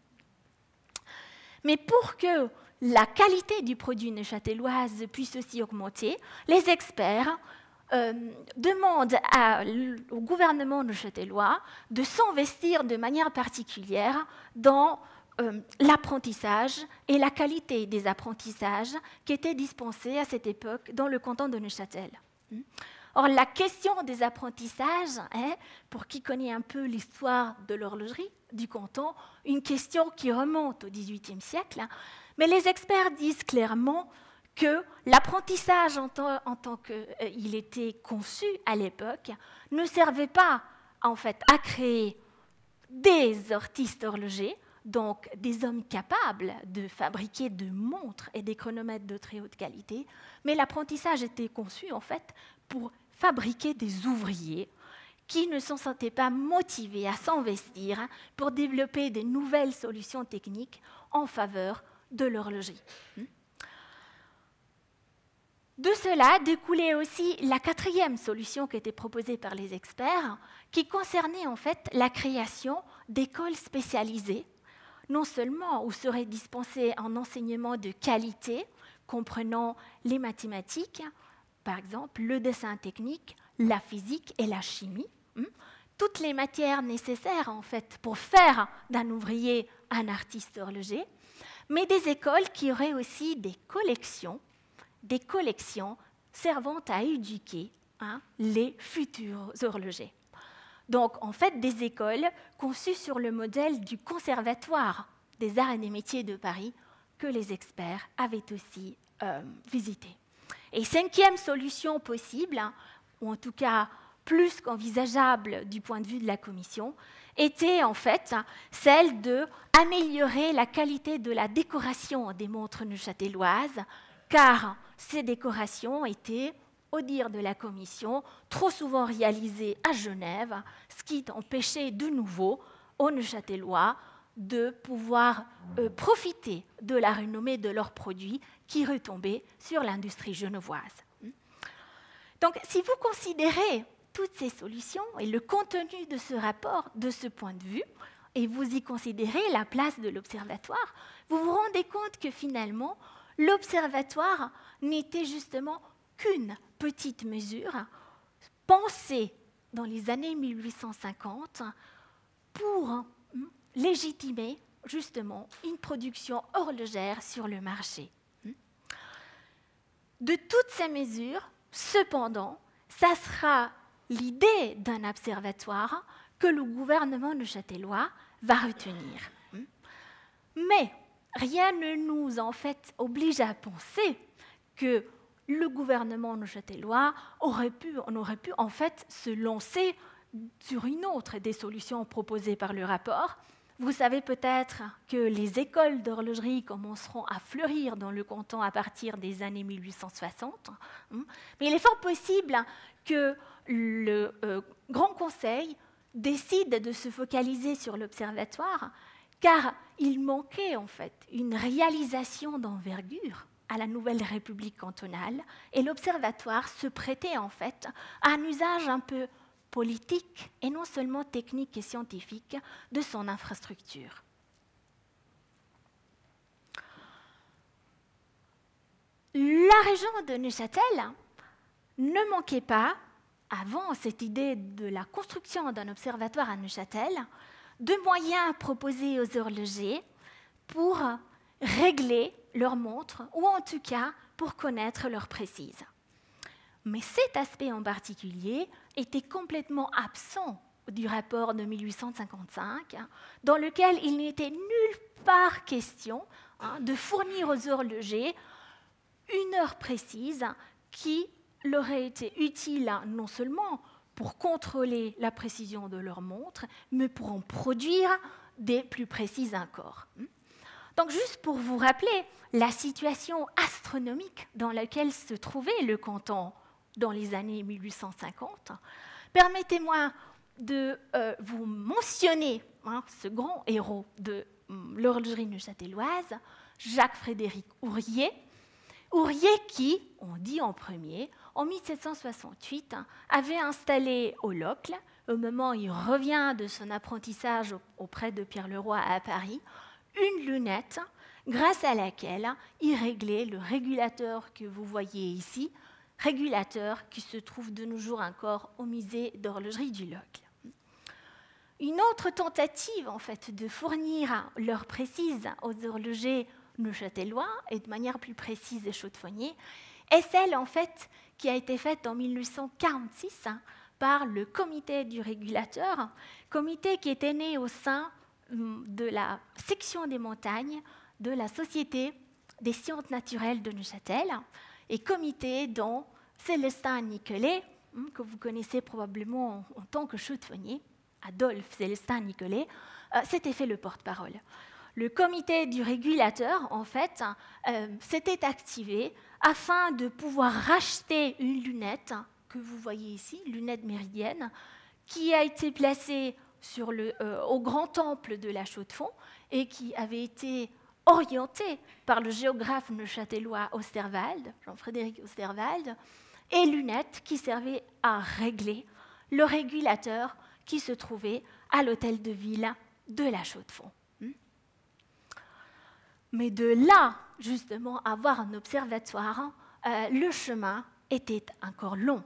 Mais pour que la qualité du produit neuchâteloise puisse aussi augmenter, les experts euh, demandent à, au gouvernement neuchâtelois de s'investir de manière particulière dans euh, l'apprentissage et la qualité des apprentissages qui étaient dispensés à cette époque dans le canton de Neuchâtel. Or, la question des apprentissages est, pour qui connaît un peu l'histoire de l'horlogerie du canton, une question qui remonte au dix-huitième siècle, mais les experts disent clairement que l'apprentissage en tant, en tant qu'il était conçu à l'époque ne servait pas en fait à créer des artistes horlogers, donc des hommes capables de fabriquer des montres et des chronomètres de très haute qualité, mais l'apprentissage était conçu en fait pour fabriquer des ouvriers qui ne se sentaient pas motivés à s'investir pour développer de nouvelles solutions techniques en faveur de l'horlogerie. De cela découlait aussi la quatrième solution qui était proposée par les experts, qui concernait en fait la création d'écoles spécialisées, non seulement où serait dispensé un enseignement de qualité, comprenant les mathématiques, par exemple le dessin technique, la physique et la chimie, toutes les matières nécessaires en fait pour faire d'un ouvrier un artiste horloger, mais des écoles qui auraient aussi des collections des collections servant à éduquer hein, les futurs horlogers. Donc, en fait, des écoles conçues sur le modèle du Conservatoire des arts et des métiers de Paris que les experts avaient aussi euh, visité. Et cinquième solution possible, hein, ou en tout cas plus qu'envisageable du point de vue de la Commission, était en fait celle d'améliorer la qualité de la décoration des montres neuchâteloises, car ces décorations étaient, au dire de la Commission, trop souvent réalisées à Genève, ce qui empêchait de nouveau aux Neuchâtelois de pouvoir euh, profiter de la renommée de leurs produits qui retombaient sur l'industrie genevoise. Donc, si vous considérez toutes ces solutions et le contenu de ce rapport de ce point de vue, et vous y considérez la place de l'Observatoire, vous vous rendez compte que finalement, l'Observatoire n'était justement qu'une petite mesure pensée dans les années mille huit cent cinquante pour légitimer justement une production horlogère sur le marché. De toutes ces mesures, cependant, ça sera l'idée d'un observatoire que le gouvernement neuchâtelois va retenir. Mais rien ne nous en fait oblige à penser que le gouvernement neuchâtelois aurait pu, on aurait pu en fait se lancer sur une autre des solutions proposées par le rapport. Vous savez peut-être que les écoles d'horlogerie commenceront à fleurir dans le canton à partir des années mille huit cent soixante, mais il est fort possible que le euh, Grand Conseil décide de se focaliser sur l'observatoire, car il manquait en fait une réalisation d'envergure à la nouvelle République cantonale, et l'observatoire se prêtait en fait à un usage un peu politique et non seulement technique et scientifique de son infrastructure. La région de Neuchâtel ne manquait pas, avant cette idée de la construction d'un observatoire à Neuchâtel, de moyens proposés aux horlogers pour régler leurs montres, ou en tout cas pour connaître leurs précises. Mais cet aspect en particulier était complètement absent du rapport de mille huit cent cinquante-cinq, dans lequel il n'était nulle part question hein, de fournir aux horlogers une heure précise qui leur aurait été utile non seulement pour contrôler la précision de leur montre, mais pour en produire des plus précises encore. Donc, juste pour vous rappeler la situation astronomique dans laquelle se trouvait le canton dans les années mille huit cent cinquante, permettez-moi de euh, vous mentionner hein, ce grand héros de hum, l'horlogerie neuchâteloise, Jacques-Frédéric Ourrier. Ourrier qui, on dit en premier, en mille sept cent soixante-huit, avait installé au Locle, au moment où il revient de son apprentissage auprès de Pierre Leroy à Paris, une lunette grâce à laquelle il réglait le régulateur que vous voyez ici, régulateur qui se trouve de nos jours encore au musée d'horlogerie du Locle. Une autre tentative en fait, de fournir l'heure précise aux horlogers neuchâtelois et de manière plus précise et chaudefonniers est celle en fait, qui a été faite en mille huit cent quarante-six hein, par le comité du régulateur, comité qui était né au sein de la section des montagnes de la Société des sciences naturelles de Neuchâtel, et comité dont Célestin Nicolet, que vous connaissez probablement en, en tant que chaudefonnier, Adolphe Célestin Nicolet, euh, s'était fait le porte-parole. Le comité du régulateur, en fait, euh, s'était activé afin de pouvoir racheter une lunette que vous voyez ici, lunette méridienne, qui a été placée sur le, euh, au grand temple de la Chaux-de-Fonds et qui avait été orientée par le géographe neuchâtelois Osterwald, Jean-Frédéric Osterwald, et lunette qui servait à régler le régulateur qui se trouvait à l'hôtel de ville de la Chaux-de-Fonds. Mais de là, justement, à avoir un observatoire, euh, le chemin était encore long.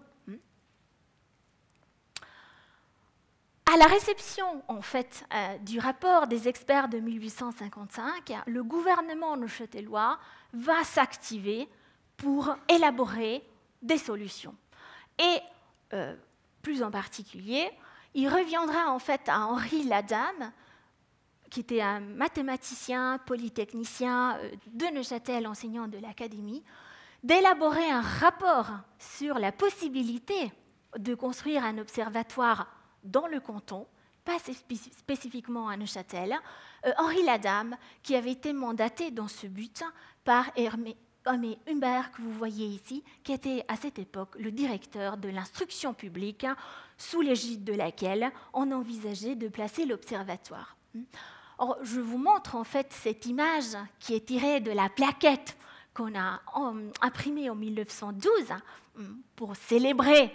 À la réception, en fait, euh, du rapport des experts de mille huit cent cinquante-cinq, le gouvernement neuchâtelois va s'activer pour élaborer des solutions. Et, euh, plus en particulier, il reviendra en fait à Henri Ladame, qui était un mathématicien, polytechnicien euh, de Neuchâtel, enseignant de l'académie, d'élaborer un rapport sur la possibilité de construire un observatoire dans le canton, pas spécifiquement à Neuchâtel, euh, Henri Ladame, qui avait été mandaté dans ce but par Hermé, Hermé Humbert, que vous voyez ici, qui était à cette époque le directeur de l'instruction publique, sous l'égide de laquelle on envisageait de placer l'observatoire. Or, je vous montre en fait cette image qui est tirée de la plaquette qu'on a imprimée en mille neuf cent douze pour célébrer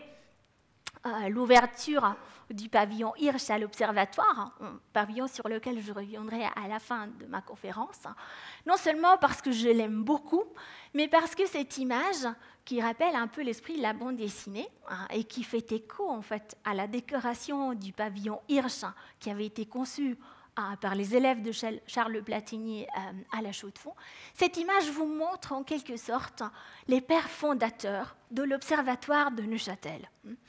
euh, l'ouverture du pavillon Hirsch à l'Observatoire, un pavillon sur lequel je reviendrai à la fin de ma conférence, non seulement parce que je l'aime beaucoup, mais parce que cette image, qui rappelle un peu l'esprit de la bande dessinée, hein, et qui fait écho en fait à la décoration du pavillon Hirsch qui avait été conçu hein, par les élèves de Charles Platinier euh, à la Chaux-de-Fonds, cette image vous montre en quelque sorte les pères fondateurs de l'Observatoire de Neuchâtel.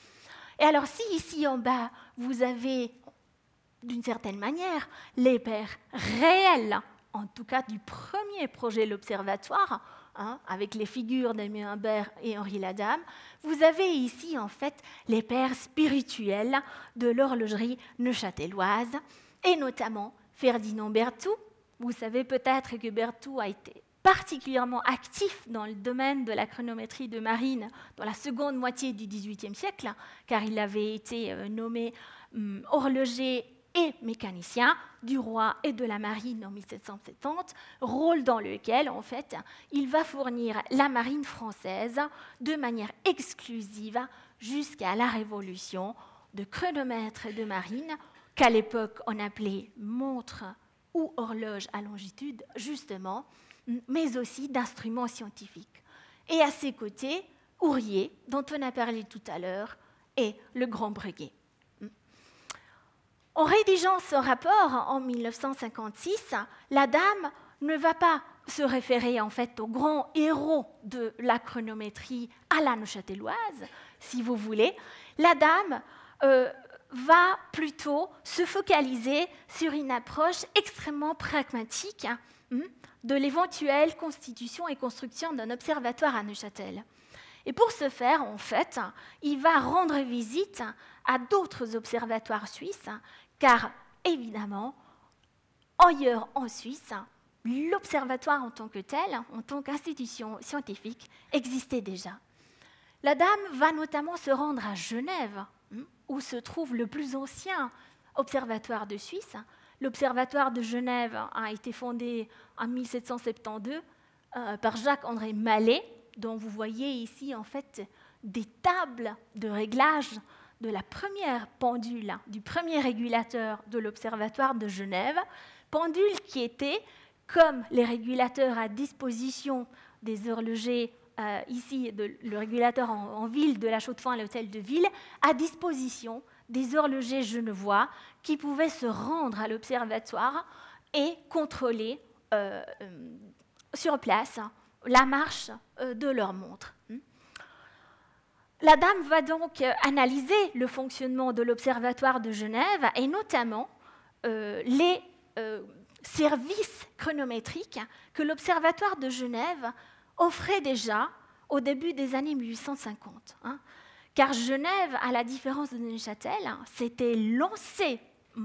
Et alors, si ici en bas, vous avez, d'une certaine manière, les pères réels, en tout cas du premier projet de l'Observatoire, hein, avec les figures d'Aimé Humbert et Henri Ladame, vous avez ici, en fait, les pères spirituels de l'horlogerie neuchâteloise, et notamment Ferdinand Berthoud. Vous savez peut-être que Berthoud a été particulièrement actif dans le domaine de la chronométrie de marine dans la seconde moitié du dix-huitième siècle, car il avait été nommé hum, horloger et mécanicien du roi et de la marine en mille sept cent soixante-dix, rôle dans lequel, en fait, il va fournir la marine française de manière exclusive jusqu'à la Révolution de chronomètres de marine, qu'à l'époque on appelait montre ou horloge à longitude, justement, mais aussi d'instruments scientifiques. Et à ses côtés, Ourier, dont on a parlé tout à l'heure, et le Grand Breguet. En rédigeant ce rapport en mille neuf cent cinquante-six, Ladame ne va pas se référer en fait aux grands héros de la chronométrie à la neuchâteloise, si vous voulez. Ladame euh, va plutôt se focaliser sur une approche extrêmement pragmatique hein, de l'éventuelle constitution et construction d'un observatoire à Neuchâtel. Et pour ce faire, en fait, il va rendre visite à d'autres observatoires suisses, car évidemment, ailleurs en Suisse, l'observatoire en tant que tel, en tant qu'institution scientifique, existait déjà. Ladame va notamment se rendre à Genève, où se trouve le plus ancien observatoire de Suisse. L'observatoire de Genève a été fondé en mille sept cent soixante-douze euh, par Jacques-André Mallet, dont vous voyez ici en fait des tables de réglage de la première pendule, du premier régulateur de l'observatoire de Genève, pendule qui était, comme les régulateurs à disposition des horlogers, euh, ici de, le régulateur en, en ville de la Chaux-de-Fonds à l'hôtel de ville, à disposition des horlogers genevois qui pouvaient se rendre à l'observatoire et contrôler euh, euh, sur place la marche euh, de leur montre. Ladame va donc analyser le fonctionnement de l'Observatoire de Genève et notamment euh, les euh, services chronométriques que l'Observatoire de Genève offrait déjà au début des années mille huit cent cinquante. Hein, car Genève, à la différence de Neuchâtel, s'était lancée hein,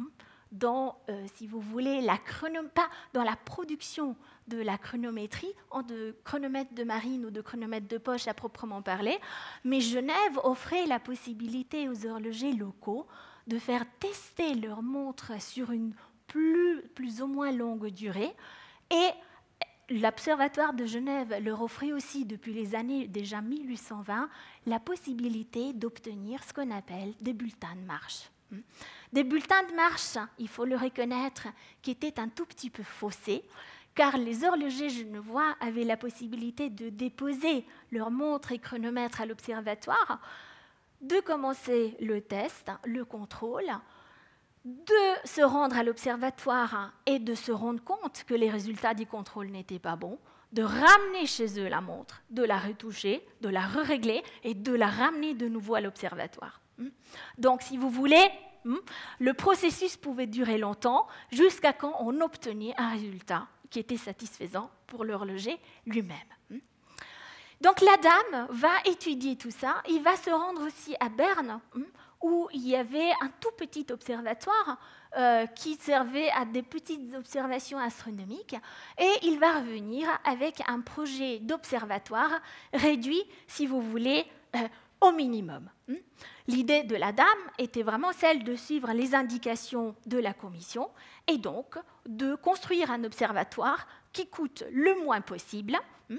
dans, euh, si vous voulez, la chrono- pas dans la production de la chronométrie, en de chronomètre de marine ou de chronomètre de poche à proprement parler, mais Genève offrait la possibilité aux horlogers locaux de faire tester leurs montres sur une plus, plus ou moins longue durée, et l'Observatoire de Genève leur offrait aussi, depuis les années déjà mille huit cent vingt, la possibilité d'obtenir ce qu'on appelle des bulletins de marche. Des bulletins de marche, il faut le reconnaître, qui étaient un tout petit peu faussés, car les horlogers genevois avaient la possibilité de déposer leurs montres et chronomètres à l'observatoire, de commencer le test, le contrôle, de se rendre à l'observatoire et de se rendre compte que les résultats du contrôle n'étaient pas bons, de ramener chez eux la montre, de la retoucher, de la régler et de la ramener de nouveau à l'observatoire. Donc, si vous voulez, le processus pouvait durer longtemps jusqu'à quand on obtenait un résultat qui était satisfaisant pour l'horloger lui-même. Donc, la dame va étudier tout ça. Il va se rendre aussi à Berne, où il y avait un tout petit observatoire euh, qui servait à des petites observations astronomiques, et il va revenir avec un projet d'observatoire réduit, si vous voulez, euh, au minimum. L'idée de la dame était vraiment celle de suivre les indications de la commission et donc de construire un observatoire qui coûte le moins possible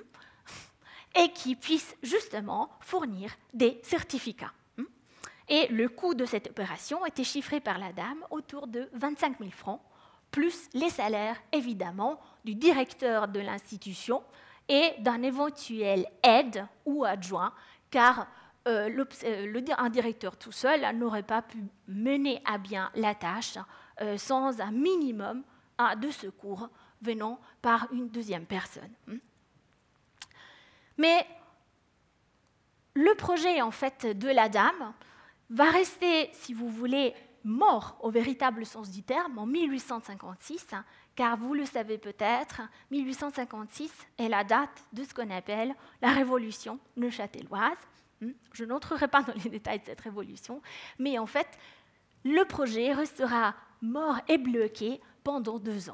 et qui puisse justement fournir des certificats. Et le coût de cette opération était chiffré par la dame autour de vingt-cinq mille francs, plus les salaires, évidemment, du directeur de l'institution et d'un éventuel aide ou adjoint, car euh, le, un directeur tout seul n'aurait pas pu mener à bien la tâche euh, sans un minimum hein, de secours venant par une deuxième personne. Mais le projet, en fait, de la dame va rester, si vous voulez, mort au véritable sens du terme en mille huit cent cinquante-six, car vous le savez peut-être, mille huit cent cinquante-six est la date de ce qu'on appelle la révolution neuchâteloise. Je n'entrerai pas dans les détails de cette révolution, mais en fait, le projet restera mort et bloqué pendant deux ans.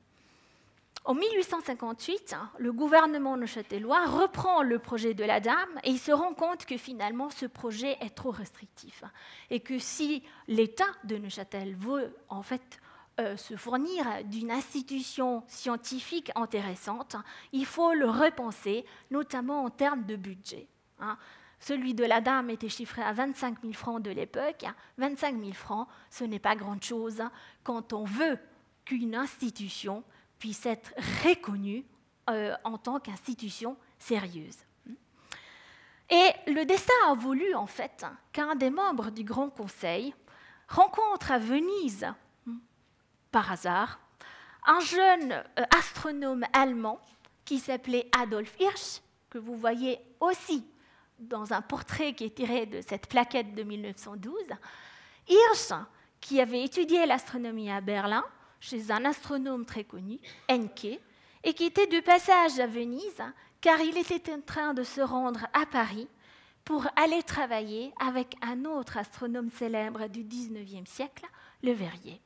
En mille huit cent cinquante-huit, le gouvernement neuchâtelois reprend le projet de la dame et il se rend compte que finalement ce projet est trop restrictif et que si l'État de Neuchâtel veut en fait euh, se fournir d'une institution scientifique intéressante, il faut le repenser, notamment en termes de budget. Hein. Celui de la dame était chiffré à vingt-cinq mille francs de l'époque. vingt-cinq mille francs, ce n'est pas grand-chose quand on veut qu'une institution puisse être reconnue euh, en tant qu'institution sérieuse. Et le destin a voulu, en fait, qu'un des membres du Grand Conseil rencontre à Venise, par hasard, un jeune euh, astronome allemand qui s'appelait Adolf Hirsch, que vous voyez aussi dans un portrait qui est tiré de cette plaquette de mille neuf cent douze. Hirsch, qui avait étudié l'astronomie à Berlin, chez un astronome très connu, Encke, et qui était de passage à Venise, car il était en train de se rendre à Paris pour aller travailler avec un autre astronome célèbre du dix-neuvième siècle, Le Verrier.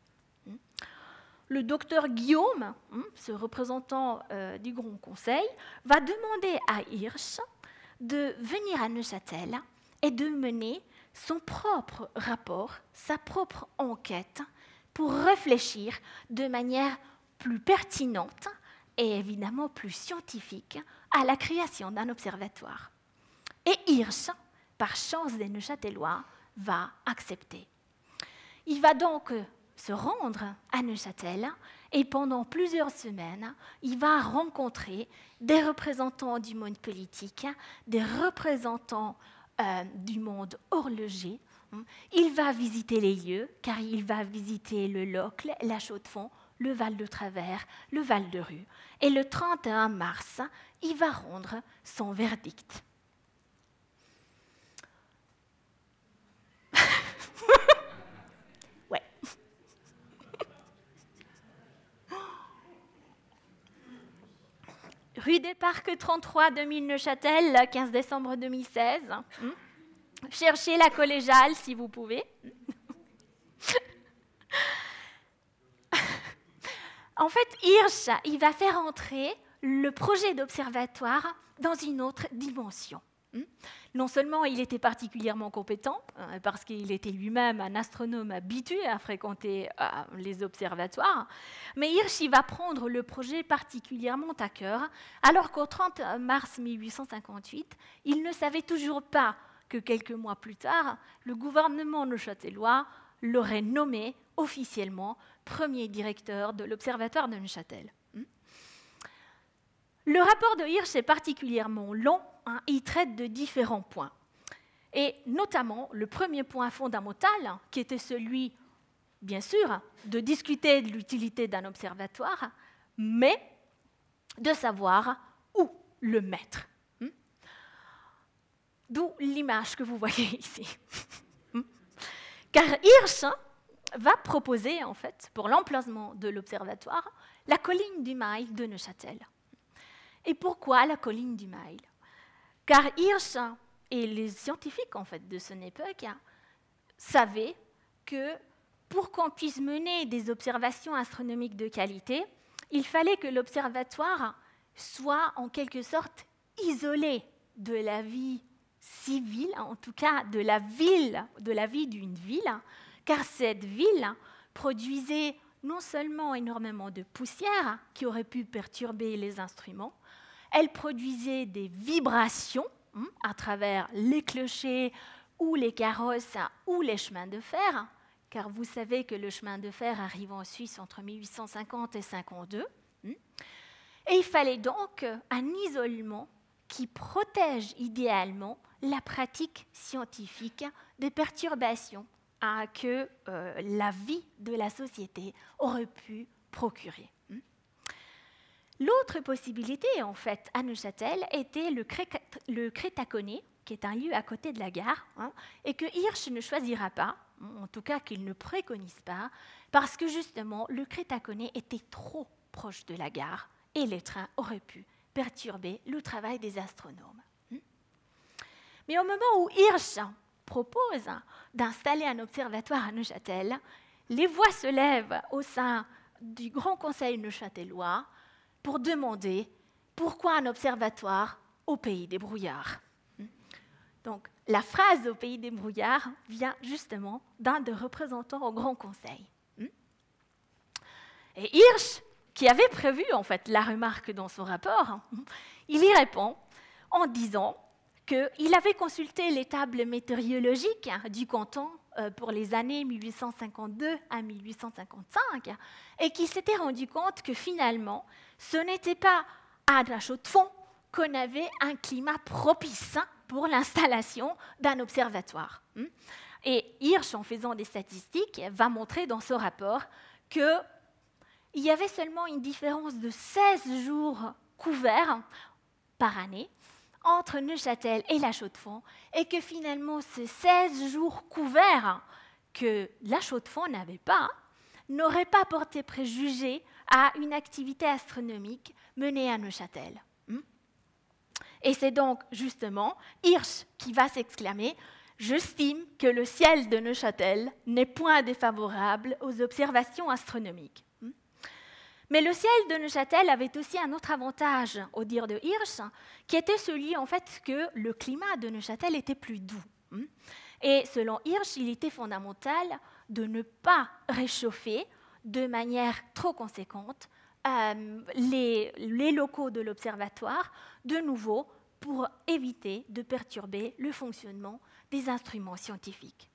Le docteur Guillaume, ce représentant euh, du Grand Conseil, va demander à Hirsch de venir à Neuchâtel et de mener son propre rapport, sa propre enquête, pour réfléchir de manière plus pertinente et évidemment plus scientifique à la création d'un observatoire. Et Hirsch, par chance des Neuchâtelois, va accepter. Il va donc se rendre à Neuchâtel et pendant plusieurs semaines, il va rencontrer des représentants du monde politique, des représentants euh, du monde horloger. Il va visiter les lieux, car il va visiter le Locle, la Chaux-de-Fonds, le Val de Travers, le Val de Rue. Et le trente et un mars, il va rendre son verdict. Ouais. Rue des Parcs trente-trois, deux mille Neuchâtel, quinze décembre deux mille seize. Cherchez la collégiale si vous pouvez. En fait, Hirsch, il va faire entrer le projet d'observatoire dans une autre dimension. Non seulement il était particulièrement compétent, parce qu'il était lui-même un astronome habitué à fréquenter les observatoires, mais Hirsch il va prendre le projet particulièrement à cœur, alors qu'au trente mars mille huit cent cinquante-huit, il ne savait toujours pas que quelques mois plus tard, le gouvernement neuchâtelois l'aurait nommé officiellement premier directeur de l'observatoire de Neuchâtel. Le rapport de Hirsch est particulièrement long, hein, il traite de différents points. Et notamment, le premier point fondamental, qui était celui, bien sûr, de discuter de l'utilité d'un observatoire, mais de savoir où le mettre. D'où l'image que vous voyez ici. Car Hirsch va proposer, en fait, pour l'emplacement de l'observatoire, la colline du Mail de Neuchâtel. Et pourquoi la colline du Mail? Car Hirsch et les scientifiques en fait, de son époque savaient que pour qu'on puisse mener des observations astronomiques de qualité, il fallait que l'observatoire soit en quelque sorte isolé de la vie civile, en tout cas de la ville, de la vie d'une ville, car cette ville produisait non seulement énormément de poussière qui aurait pu perturber les instruments, elle produisait des vibrations hein, à travers les clochers ou les carrosses ou les chemins de fer, car vous savez que le chemin de fer arrive en Suisse entre mille huit cent cinquante et mille huit cent cinquante-deux. Hein, et il fallait donc un isolement qui protège idéalement la pratique scientifique des perturbations hein, que euh, la vie de la société aurait pu procurer. L'autre possibilité, en fait, à Neuchâtel, était le, Cré- le Crétaconnet, qui est un lieu à côté de la gare, hein, et que Hirsch ne choisira pas, en tout cas qu'il ne préconise pas, parce que justement, le Crétaconnet était trop proche de la gare, et les trains auraient pu perturber le travail des astronomes. Mais au moment où Hirsch propose d'installer un observatoire à Neuchâtel, les voix se lèvent au sein du Grand Conseil neuchâtelois pour demander pourquoi un observatoire au pays des brouillards. Donc, la phrase « au pays des brouillards » vient justement d'un des représentants au Grand Conseil. Et Hirsch, qui avait prévu en fait la remarque dans son rapport, il y répond en disant qu'il avait consulté les tables météorologiques du canton pour les années mille huit cent cinquante-deux à mille huit cent cinquante-cinq et qu'il s'était rendu compte que finalement, ce n'était pas à la Chaux-de-Fonds qu'on avait un climat propice pour l'installation d'un observatoire. Et Hirsch, en faisant des statistiques, va montrer dans ce rapport qu'il y avait seulement une différence de seize jours couverts par année entre Neuchâtel et la Chaux-de-Fonds, et que finalement ces seize jours couverts que la Chaux-de-Fonds n'avait pas, n'auraient pas porté préjugé à une activité astronomique menée à Neuchâtel. Et c'est donc justement Hirsch qui va s'exclamer « J'estime que le ciel de Neuchâtel n'est point défavorable aux observations astronomiques ». Mais le ciel de Neuchâtel avait aussi un autre avantage, au dire de Hirsch, qui était celui en fait que le climat de Neuchâtel était plus doux. Et selon Hirsch, il était fondamental de ne pas réchauffer de manière trop conséquente euh, les, les locaux de l'observatoire, de nouveau pour éviter de perturber le fonctionnement des instruments scientifiques.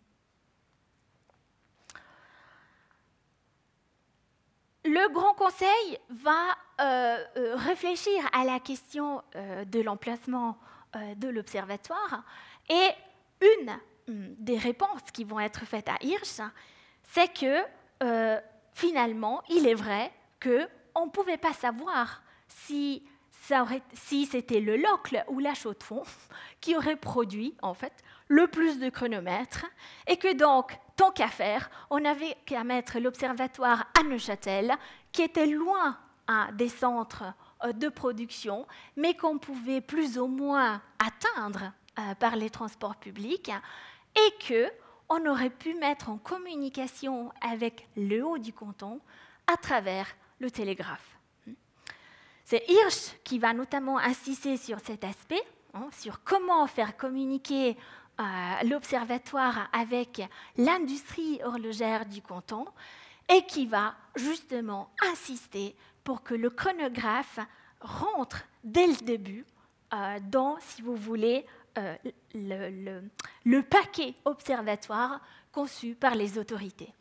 Le Grand Conseil va euh, euh, réfléchir à la question euh, de l'emplacement euh, de l'observatoire et une hum, des réponses qui vont être faites à Hirsch, c'est que euh, finalement, il est vrai qu'on ne pouvait pas savoir si, ça aurait, si c'était le Locle ou la Chaux-de-Fonds qui aurait produit en fait le plus de chronomètres et que donc, tant qu'à faire, on n'avait qu'à mettre l'observatoire à Neuchâtel, qui était loin hein, des centres euh, de production, mais qu'on pouvait plus ou moins atteindre euh, par les transports publics, et qu'on aurait pu mettre en communication avec le haut du canton à travers le télégraphe. C'est Hirsch qui va notamment insister sur cet aspect, hein, sur comment faire communiquer euh, l'observatoire avec l'industrie horlogère du canton, et qui va justement insister pour que le chronographe rentre dès le début euh, dans, si vous voulez, euh, le, le, le paquet observatoire conçu par les autorités.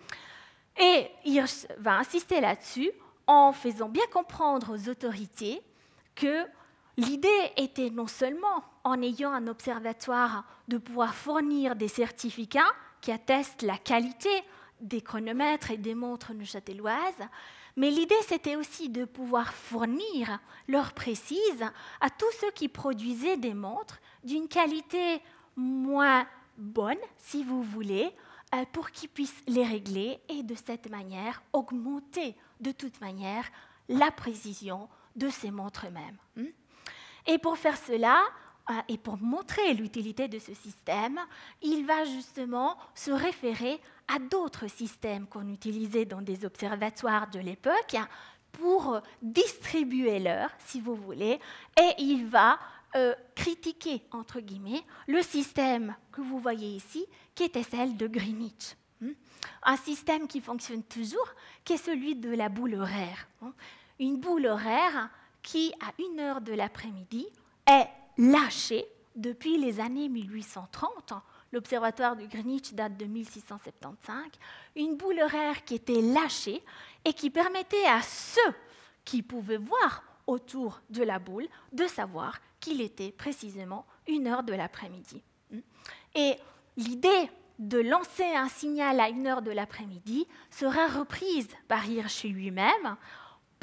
Et Hirsch va insister là-dessus en faisant bien comprendre aux autorités que l'idée était non seulement, en ayant un observatoire, de pouvoir fournir des certificats qui attestent la qualité des chronomètres et des montres neuchâteloises, mais l'idée, c'était aussi de pouvoir fournir l'heure précise à tous ceux qui produisaient des montres d'une qualité moins bonne, si vous voulez, pour qu'ils puissent les régler et de cette manière augmenter de toute manière la précision de ces montres mêmes. Et pour faire cela, et pour montrer l'utilité de ce système, il va justement se référer à d'autres systèmes qu'on utilisait dans des observatoires de l'époque pour distribuer l'heure, si vous voulez, et il va euh, critiquer, entre guillemets, le système que vous voyez ici, qui était celle de Greenwich. Un système qui fonctionne toujours, qui est celui de la boule horaire. Une boule horaire qui, à une heure de l'après-midi, est lâchée depuis les années mille huit cent trente. L'observatoire de Greenwich date de mille six cent soixante-quinze. Une boule horaire qui était lâchée et qui permettait à ceux qui pouvaient voir autour de la boule de savoir qu'il était précisément une heure de l'après-midi. Et l'idée de lancer un signal à une heure de l'après-midi sera reprise par Hirsch lui-même. Pourquoi ?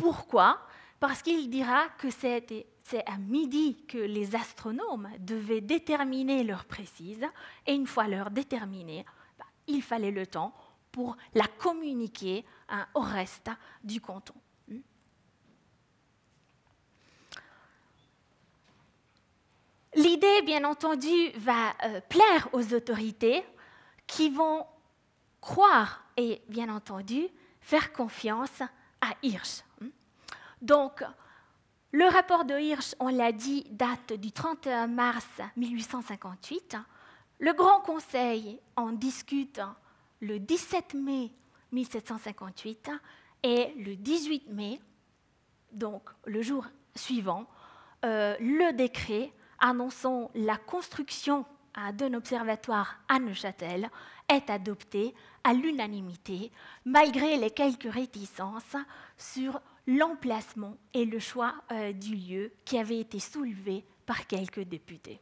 Parce qu'il dira que c'était c'est à midi que les astronomes devaient déterminer l'heure précise, et une fois l'heure déterminée, bah, il fallait le temps pour la communiquer hein, au reste du canton. L'idée, bien entendu, va euh, plaire aux autorités qui vont croire et, bien entendu, faire confiance à Hirsch. Donc, le rapport de Hirsch, on l'a dit, date du trente et un mars mille huit cent cinquante-huit. Le Grand Conseil en discute le dix-sept mai mille sept cent cinquante-huit et le dix-huit mai, donc le jour suivant, euh, le décret annonçant la construction d'un observatoire à Neuchâtel est adopté à l'unanimité, malgré les quelques réticences sur l'emplacement et le choix euh, du lieu qui avait été soulevé par quelques députés.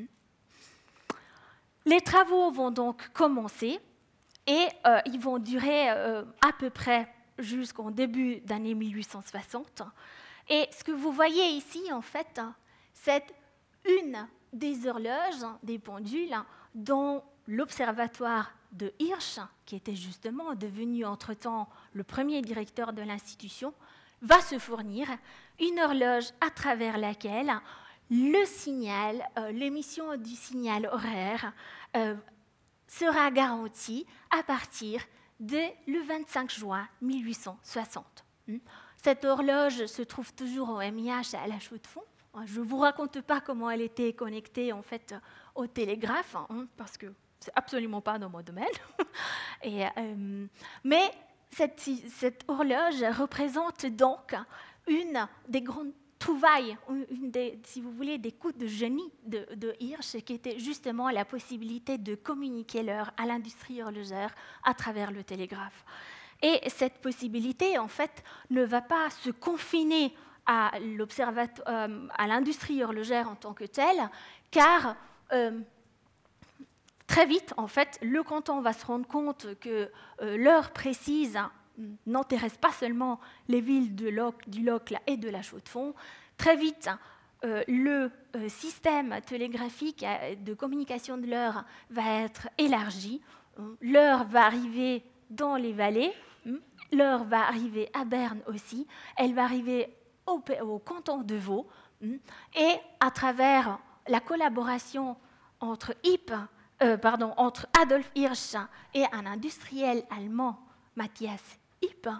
Les travaux vont donc commencer et euh, ils vont durer euh, à peu près jusqu'au début d'année mille huit cent soixante. Et ce que vous voyez ici, en fait, c'est une des horloges, des pendules, dont l'observatoire de Hirsch, qui était justement devenu entre-temps le premier directeur de l'institution, va se fournir une horloge à travers laquelle le signal, euh, l'émission du signal horaire euh, sera garantie à partir de le vingt-cinq juin mille huit cent soixante. Cette horloge se trouve toujours au M I H à La Chaux-de-Fonds. Je ne vous raconte pas comment elle était connectée en fait, au télégraphe, hein, parce que ce n'est absolument pas dans mon domaine. Et, euh, mais cette, cette horloge représente donc une des grandes trouvailles, une des, si vous voulez, des coups de génie de, de Hirsch, qui était justement la possibilité de communiquer l'heure à l'industrie horlogère à travers le télégraphe. Et cette possibilité, en fait, ne va pas se confiner à, euh, à l'industrie horlogère en tant que telle, car euh, très vite, en fait, le canton va se rendre compte que euh, l'heure précise n'intéresse pas seulement les villes de Locle, du Locle et de la Chaux-de-Fonds. Très vite, euh, le euh, système télégraphique de communication de l'heure va être élargi. L'heure va arriver dans les vallées, l'heure va arriver à Berne aussi, elle va arriver au, au canton de Vaud, et à travers la collaboration entre, Hipp, euh, pardon, entre Adolf Hirsch et un industriel allemand, Matthias Hipp,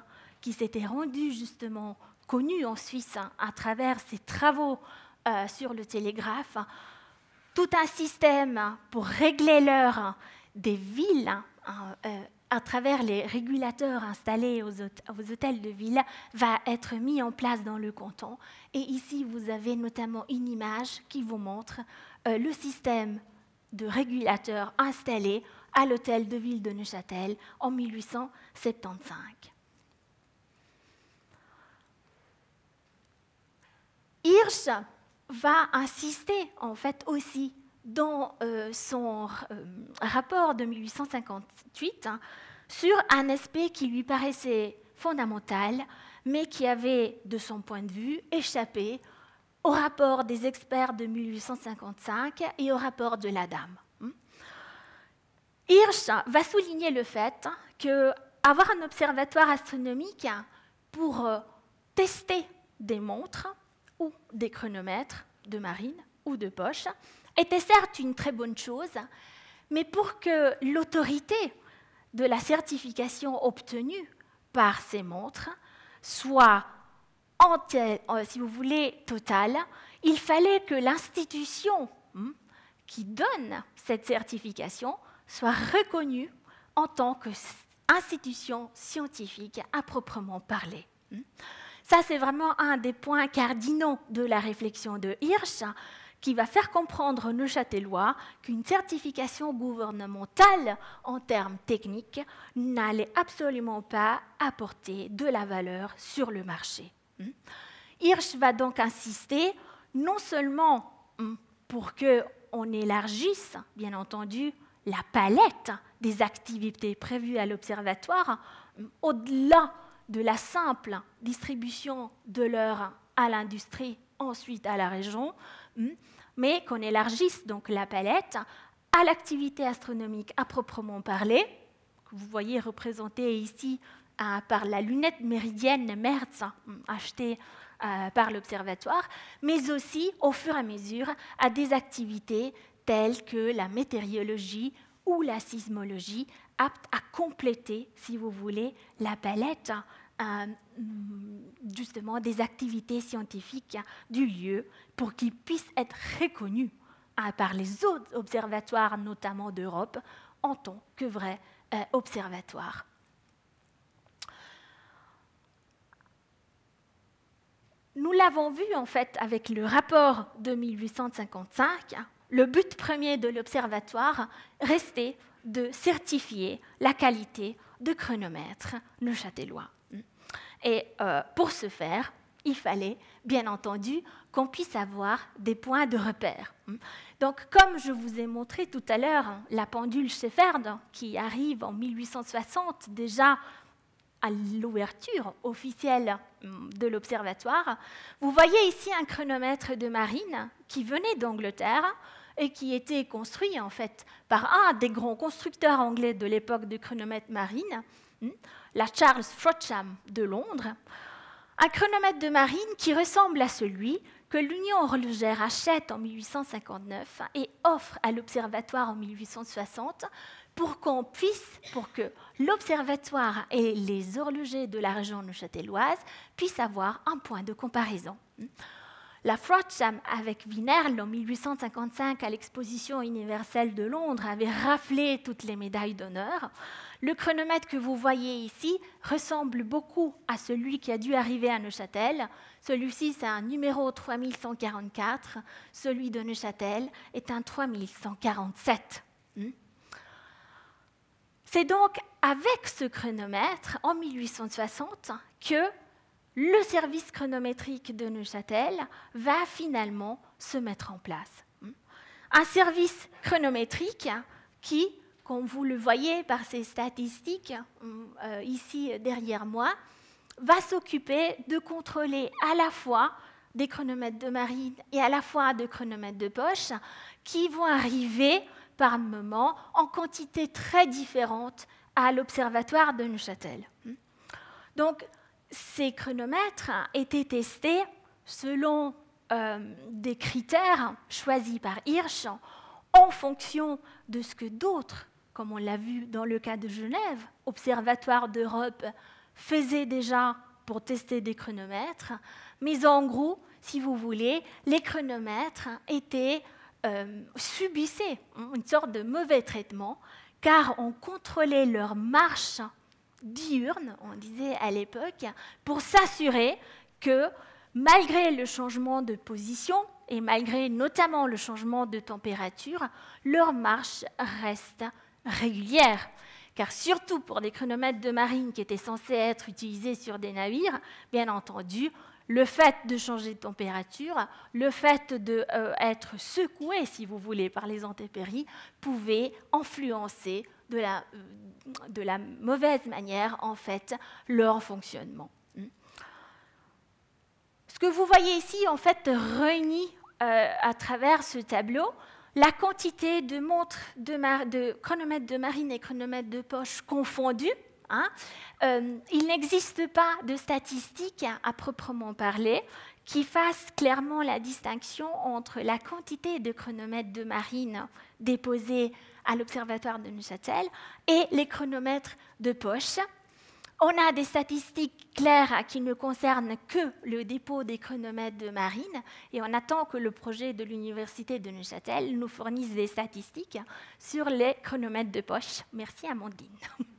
qui s'était rendu justement connu en Suisse hein, à travers ses travaux euh, sur le télégraphe, tout un système pour régler l'heure des villes hein, euh, à travers les régulateurs installés aux, hôt- aux hôtels de ville va être mis en place dans le canton. Et ici, vous avez notamment une image qui vous montre euh, le système de régulateurs installé à l'hôtel de ville de Neuchâtel en mille huit cent soixante-quinze. Hirsch va insister en fait aussi dans euh, son euh, rapport de mille huit cent cinquante-huit hein, sur un aspect qui lui paraissait fondamental, mais qui avait, de son point de vue, échappé au rapport des experts de mille huit cent cinquante-cinq et au rapport de l'A D A M. Hirsch va souligner le fait qu'avoir un observatoire astronomique pour euh, tester des montres ou des chronomètres de marine ou de poche était certes une très bonne chose, mais pour que l'autorité de la certification obtenue par ces montres soit, entière, si vous voulez, totale, il fallait que l'institution hmm, qui donne cette certification soit reconnue en tant qu'institution scientifique à proprement parler. Hmm. Ça, c'est vraiment un des points cardinaux de la réflexion de Hirsch, qui va faire comprendre aux Neuchâtelois qu'une certification gouvernementale en termes techniques n'allait absolument pas apporter de la valeur sur le marché. Hirsch va donc insister non seulement pour qu'on élargisse, bien entendu, la palette des activités prévues à l'observatoire, au-delà de la simple distribution de l'heure à l'industrie, ensuite à la région, mais qu'on élargisse donc la palette à l'activité astronomique à proprement parler, que vous voyez représentée ici euh, par la lunette méridienne Mertz achetée euh, par l'observatoire, mais aussi au fur et à mesure à des activités telles que la météorologie ou la sismologie, aptes à compléter, si vous voulez, la palette euh, justement des activités scientifiques du lieu pour qu'ils puissent être reconnus hein, par les autres observatoires, notamment d'Europe, en tant que vrais euh, observatoires. Nous l'avons vu en fait avec le rapport de mille huit cent cinquante-cinq, le but premier de l'observatoire restait de certifier la qualité de chronomètre neuchâtelois. Et euh, pour ce faire, il fallait bien entendu qu'on puisse avoir des points de repère. Donc, comme je vous ai montré tout à l'heure, la pendule Shepherd qui arrive en mille huit cent soixante déjà à l'ouverture officielle de l'observatoire, vous voyez ici un chronomètre de marine qui venait d'Angleterre et qui était construit en fait par un des grands constructeurs anglais de l'époque de chronomètres marines, la Charles Frodsham de Londres, un chronomètre de marine qui ressemble à celui que l'Union horlogère achète en mille huit cent cinquante-neuf et offre à l'observatoire en mille huit cent soixante pour qu'on puisse, pour que l'observatoire et les horlogers de la région neuchâteloise puissent avoir un point de comparaison. La Frodsham avec Wienerl en mille huit cent cinquante-cinq à l'exposition universelle de Londres avait raflé toutes les médailles d'honneur. Le chronomètre que vous voyez ici ressemble beaucoup à celui qui a dû arriver à Neuchâtel. Celui-ci, c'est un numéro trois mille cent quarante-quatre. Celui de Neuchâtel est un trois mille cent quarante-sept. C'est donc avec ce chronomètre, en mille huit cent soixante, que le service chronométrique de Neuchâtel va finalement se mettre en place. Un service chronométrique qui, comme vous le voyez par ces statistiques euh, ici derrière moi, va s'occuper de contrôler à la fois des chronomètres de marine et à la fois des chronomètres de poche qui vont arriver par moment en quantité très différente à l'observatoire de Neuchâtel. Donc, ces chronomètres étaient testés selon euh, des critères choisis par Hirsch en fonction de ce que d'autres, comme on l'a vu dans le cas de Genève, Observatoire d'Europe faisait déjà pour tester des chronomètres, mais en gros, si vous voulez, les chronomètres étaient, euh, subissaient une sorte de mauvais traitement, car on contrôlait leur marche diurne, on disait à l'époque, pour s'assurer que malgré le changement de position et malgré notamment le changement de température, leur marche reste régulière. Car surtout pour des chronomètres de marine qui étaient censés être utilisés sur des navires, bien entendu, le fait de changer de température, le fait d'être euh, secoué, si vous voulez, par les intempéries, pouvait influencer de la, euh, de la mauvaise manière, en fait, leur fonctionnement. Ce que vous voyez ici, en fait, réuni euh, à travers ce tableau, la quantité de montres de, mar- de chronomètres de marine et chronomètres de poche confondus. Hein. Euh, il n'existe pas de statistiques à proprement parler qui fassent clairement la distinction entre la quantité de chronomètres de marine déposés à l'Observatoire de Neuchâtel et les chronomètres de poche. On a des statistiques claires qui ne concernent que le dépôt des chronomètres de marine et on attend que le projet de l'Université de Neuchâtel nous fournisse des statistiques sur les chronomètres de poche. Merci Amandine.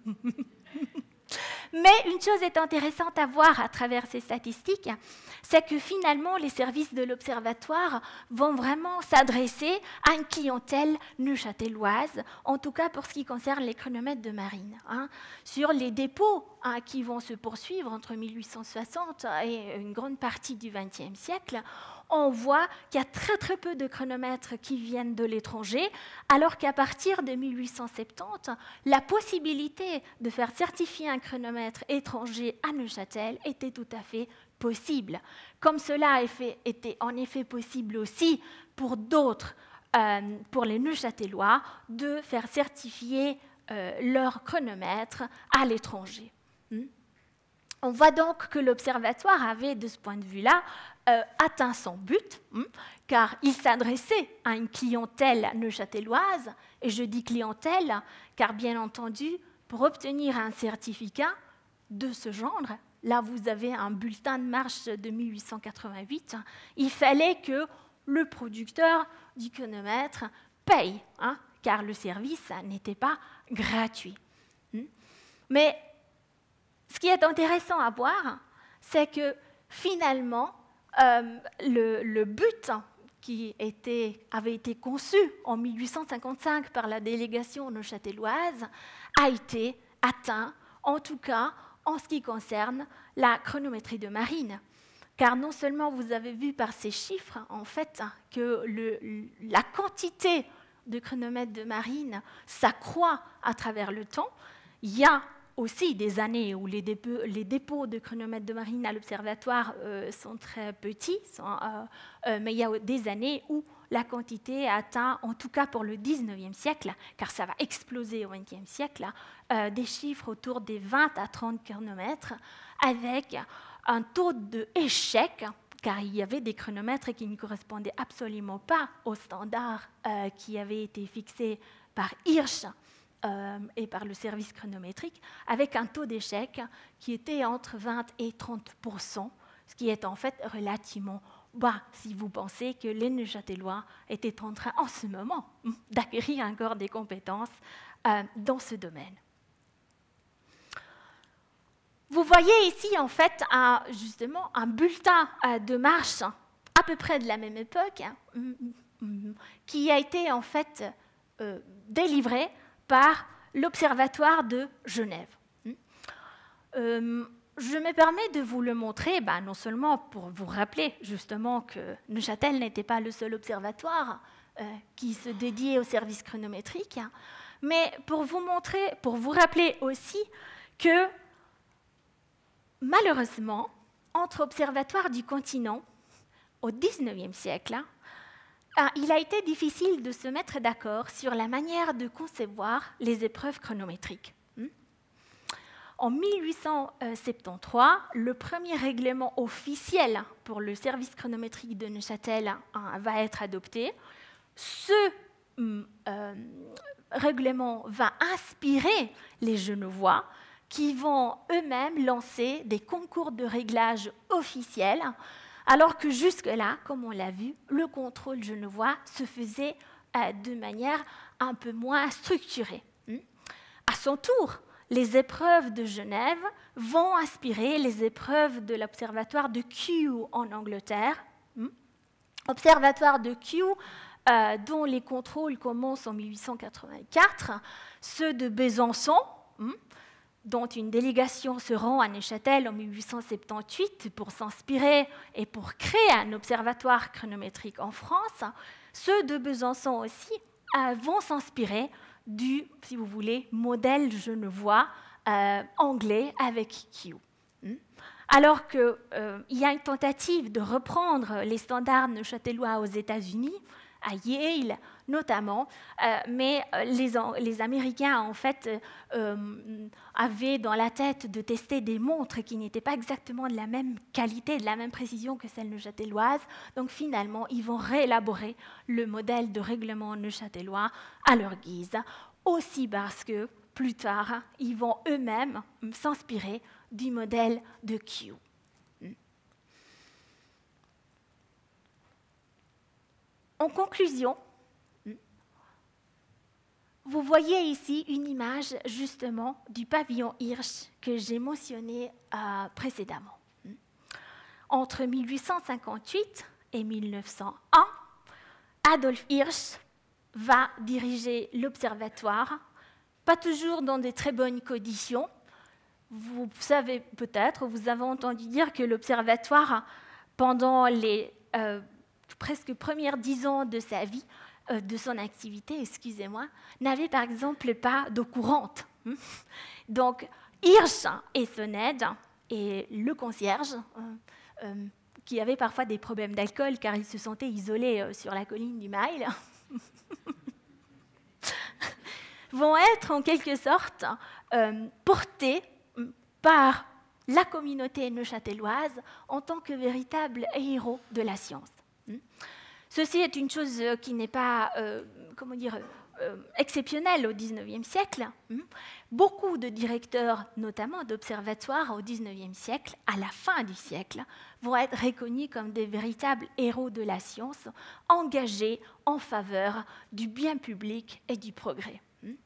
Mais une chose est intéressante à voir à travers ces statistiques, c'est que finalement les services de l'Observatoire vont vraiment s'adresser à une clientèle neuchâteloise, en tout cas pour ce qui concerne les chronomètres de marine. Hein. Sur les dépôts hein, qui vont se poursuivre entre mille huit cent soixante et une grande partie du vingtième siècle, on voit qu'il y a très très peu de chronomètres qui viennent de l'étranger, alors qu'à partir de mille huit cent soixante-dix, la possibilité de faire certifier un chronomètre étranger à Neuchâtel était tout à fait possible. Comme cela était en effet possible aussi pour d'autres, euh, pour les Neuchâtelois, de faire certifier euh, leur chronomètre à l'étranger. Hmm. On voit donc que l'Observatoire avait, de ce point de vue-là, euh, atteint son but, hein, car il s'adressait à une clientèle neuchâteloise, et je dis clientèle, car bien entendu, pour obtenir un certificat de ce genre, là vous avez un bulletin de marche de mille huit cent quatre-vingt-huit, il fallait que le producteur du chronomètre paye, hein, car le service n'était pas gratuit. Mais ce qui est intéressant à voir, c'est que finalement, euh, le, le but qui était, avait été conçu en mille huit cent cinquante-cinq par la délégation neuchâteloise a été atteint, en tout cas en ce qui concerne la chronométrie de marine. Car non seulement vous avez vu par ces chiffres, en fait, que le, la quantité de chronomètres de marine s'accroît à travers le temps, il y a aussi des années où les dépôts, les dépôts de chronomètres de marine à l'observatoire euh, sont très petits, sont, euh, euh, mais il y a des années où la quantité atteint, en tout cas pour le dix-neuvième siècle, car ça va exploser au vingtième siècle, euh, des chiffres autour des vingt à trente chronomètres, avec un taux d'échec, car il y avait des chronomètres qui ne correspondaient absolument pas aux standards euh, qui avaient été fixés par Hirsch, Euh, et par le service chronométrique, avec un taux d'échec qui était entre vingt et trente pour cent, ce qui est en fait relativement bas si vous pensez que les Neuchâtelois étaient en train en ce moment d'acquérir encore des compétences euh, dans ce domaine. Vous voyez ici en fait un, justement un bulletin euh, de marche à peu près de la même époque hein, qui a été en fait euh, délivré par l'Observatoire de Genève. Euh, je me permets de vous le montrer, ben, non seulement pour vous rappeler justement que Neuchâtel n'était pas le seul observatoire euh, qui se dédiait au service chronométrique, hein, mais pour vous montrer, pour vous rappeler aussi que malheureusement, entre observatoires du continent, au dix-neuvième siècle, hein, il a été difficile de se mettre d'accord sur la manière de concevoir les épreuves chronométriques. En mille huit cent soixante-treize, le premier règlement officiel pour le service chronométrique de Neuchâtel va être adopté. Ce euh, règlement va inspirer les Genevois qui vont eux-mêmes lancer des concours de réglage officiels, alors que jusque-là, comme on l'a vu, le contrôle genevois se faisait euh, de manière un peu moins structurée. À son tour, les épreuves de Genève vont inspirer les épreuves de l'observatoire de Kew en Angleterre. Observatoire de Kew, euh, dont les contrôles commencent en mille huit cent quatre-vingt-quatre, ceux de Besançon, hmm, dont une délégation se rend à Neuchâtel en mille huit cent soixante-dix-huit pour s'inspirer et pour créer un observatoire chronométrique en France, ceux de Besançon aussi euh, vont s'inspirer du, si vous voulez, modèle genevois euh, anglais avec Kew. Hmm. Alors qu'il euh, y a une tentative de reprendre les standards neuchâtelois aux États-Unis, à Yale notamment, euh, mais les, les Américains en fait euh, avaient dans la tête de tester des montres qui n'étaient pas exactement de la même qualité, de la même précision que celles neuchâteloises. Donc finalement, ils vont réélaborer le modèle de règlement neuchâtelois à leur guise, aussi parce que plus tard, ils vont eux-mêmes s'inspirer du modèle de Kew. En conclusion, vous voyez ici une image justement du pavillon Hirsch que j'ai mentionné euh, précédemment. Entre mille huit cent cinquante-huit et mille neuf cent un, Adolf Hirsch va diriger l'observatoire, pas toujours dans de très bonnes conditions. Vous savez peut-être, vous avez entendu dire que l'observatoire, pendant les euh, presque premières dix ans de sa vie, euh, de son activité, excusez-moi, n'avait par exemple pas d'eau courante. Donc, Hirsch et son aide, et le concierge, euh, euh, qui avait parfois des problèmes d'alcool car il se sentait isolé euh, sur la colline du Mail, vont être en quelque sorte euh, portés par la communauté neuchâteloise en tant que véritables héros de la science. Ceci est une chose qui n'est pas euh, comment dire, euh, exceptionnelle au dix-neuvième siècle. Beaucoup de directeurs, notamment d'observatoires au dix-neuvième siècle, à la fin du siècle, vont être reconnus comme des véritables héros de la science, engagés en faveur du bien public et du progrès.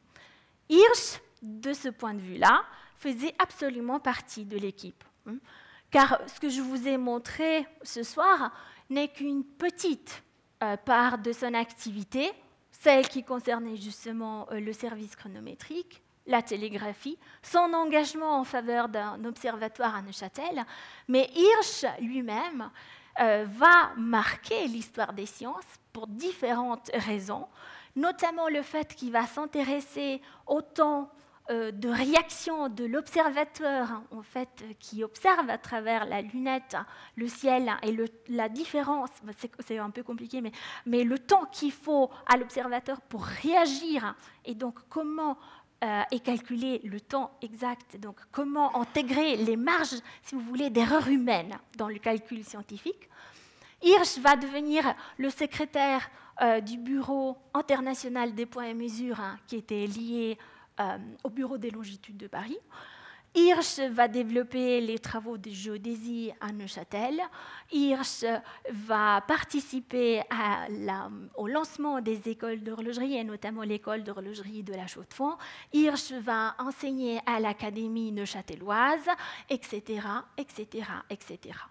Hirsch, de ce point de vue-là, faisait absolument partie de l'équipe. Car ce que je vous ai montré ce soir n'est qu'une petite euh, part de son activité, celle qui concernait justement euh, le service chronométrique, la télégraphie, son engagement en faveur d'un observatoire à Neuchâtel, mais Hirsch lui-même euh, va marquer l'histoire des sciences pour différentes raisons, notamment le fait qu'il va s'intéresser au temps euh, de réaction de l'observateur, en fait, qui observe à travers la lunette le ciel et le, la différence, c'est, c'est un peu compliqué, mais, mais le temps qu'il faut à l'observateur pour réagir, et donc comment euh, est calculé le temps exact, donc comment intégrer les marges, si vous voulez, d'erreurs humaines dans le calcul scientifique. Hirsch va devenir le secrétaire euh, du Bureau international des points et mesures, hein, qui était lié euh, au Bureau des longitudes de Paris. Hirsch va développer les travaux de géodésie à Neuchâtel. Hirsch va participer à la, au lancement des écoles d'horlogerie, et notamment l'école d'horlogerie de la Chaux-de-Fonds. Hirsch va enseigner à l'Académie neuchâteloise, et cetera, et cetera, et cetera.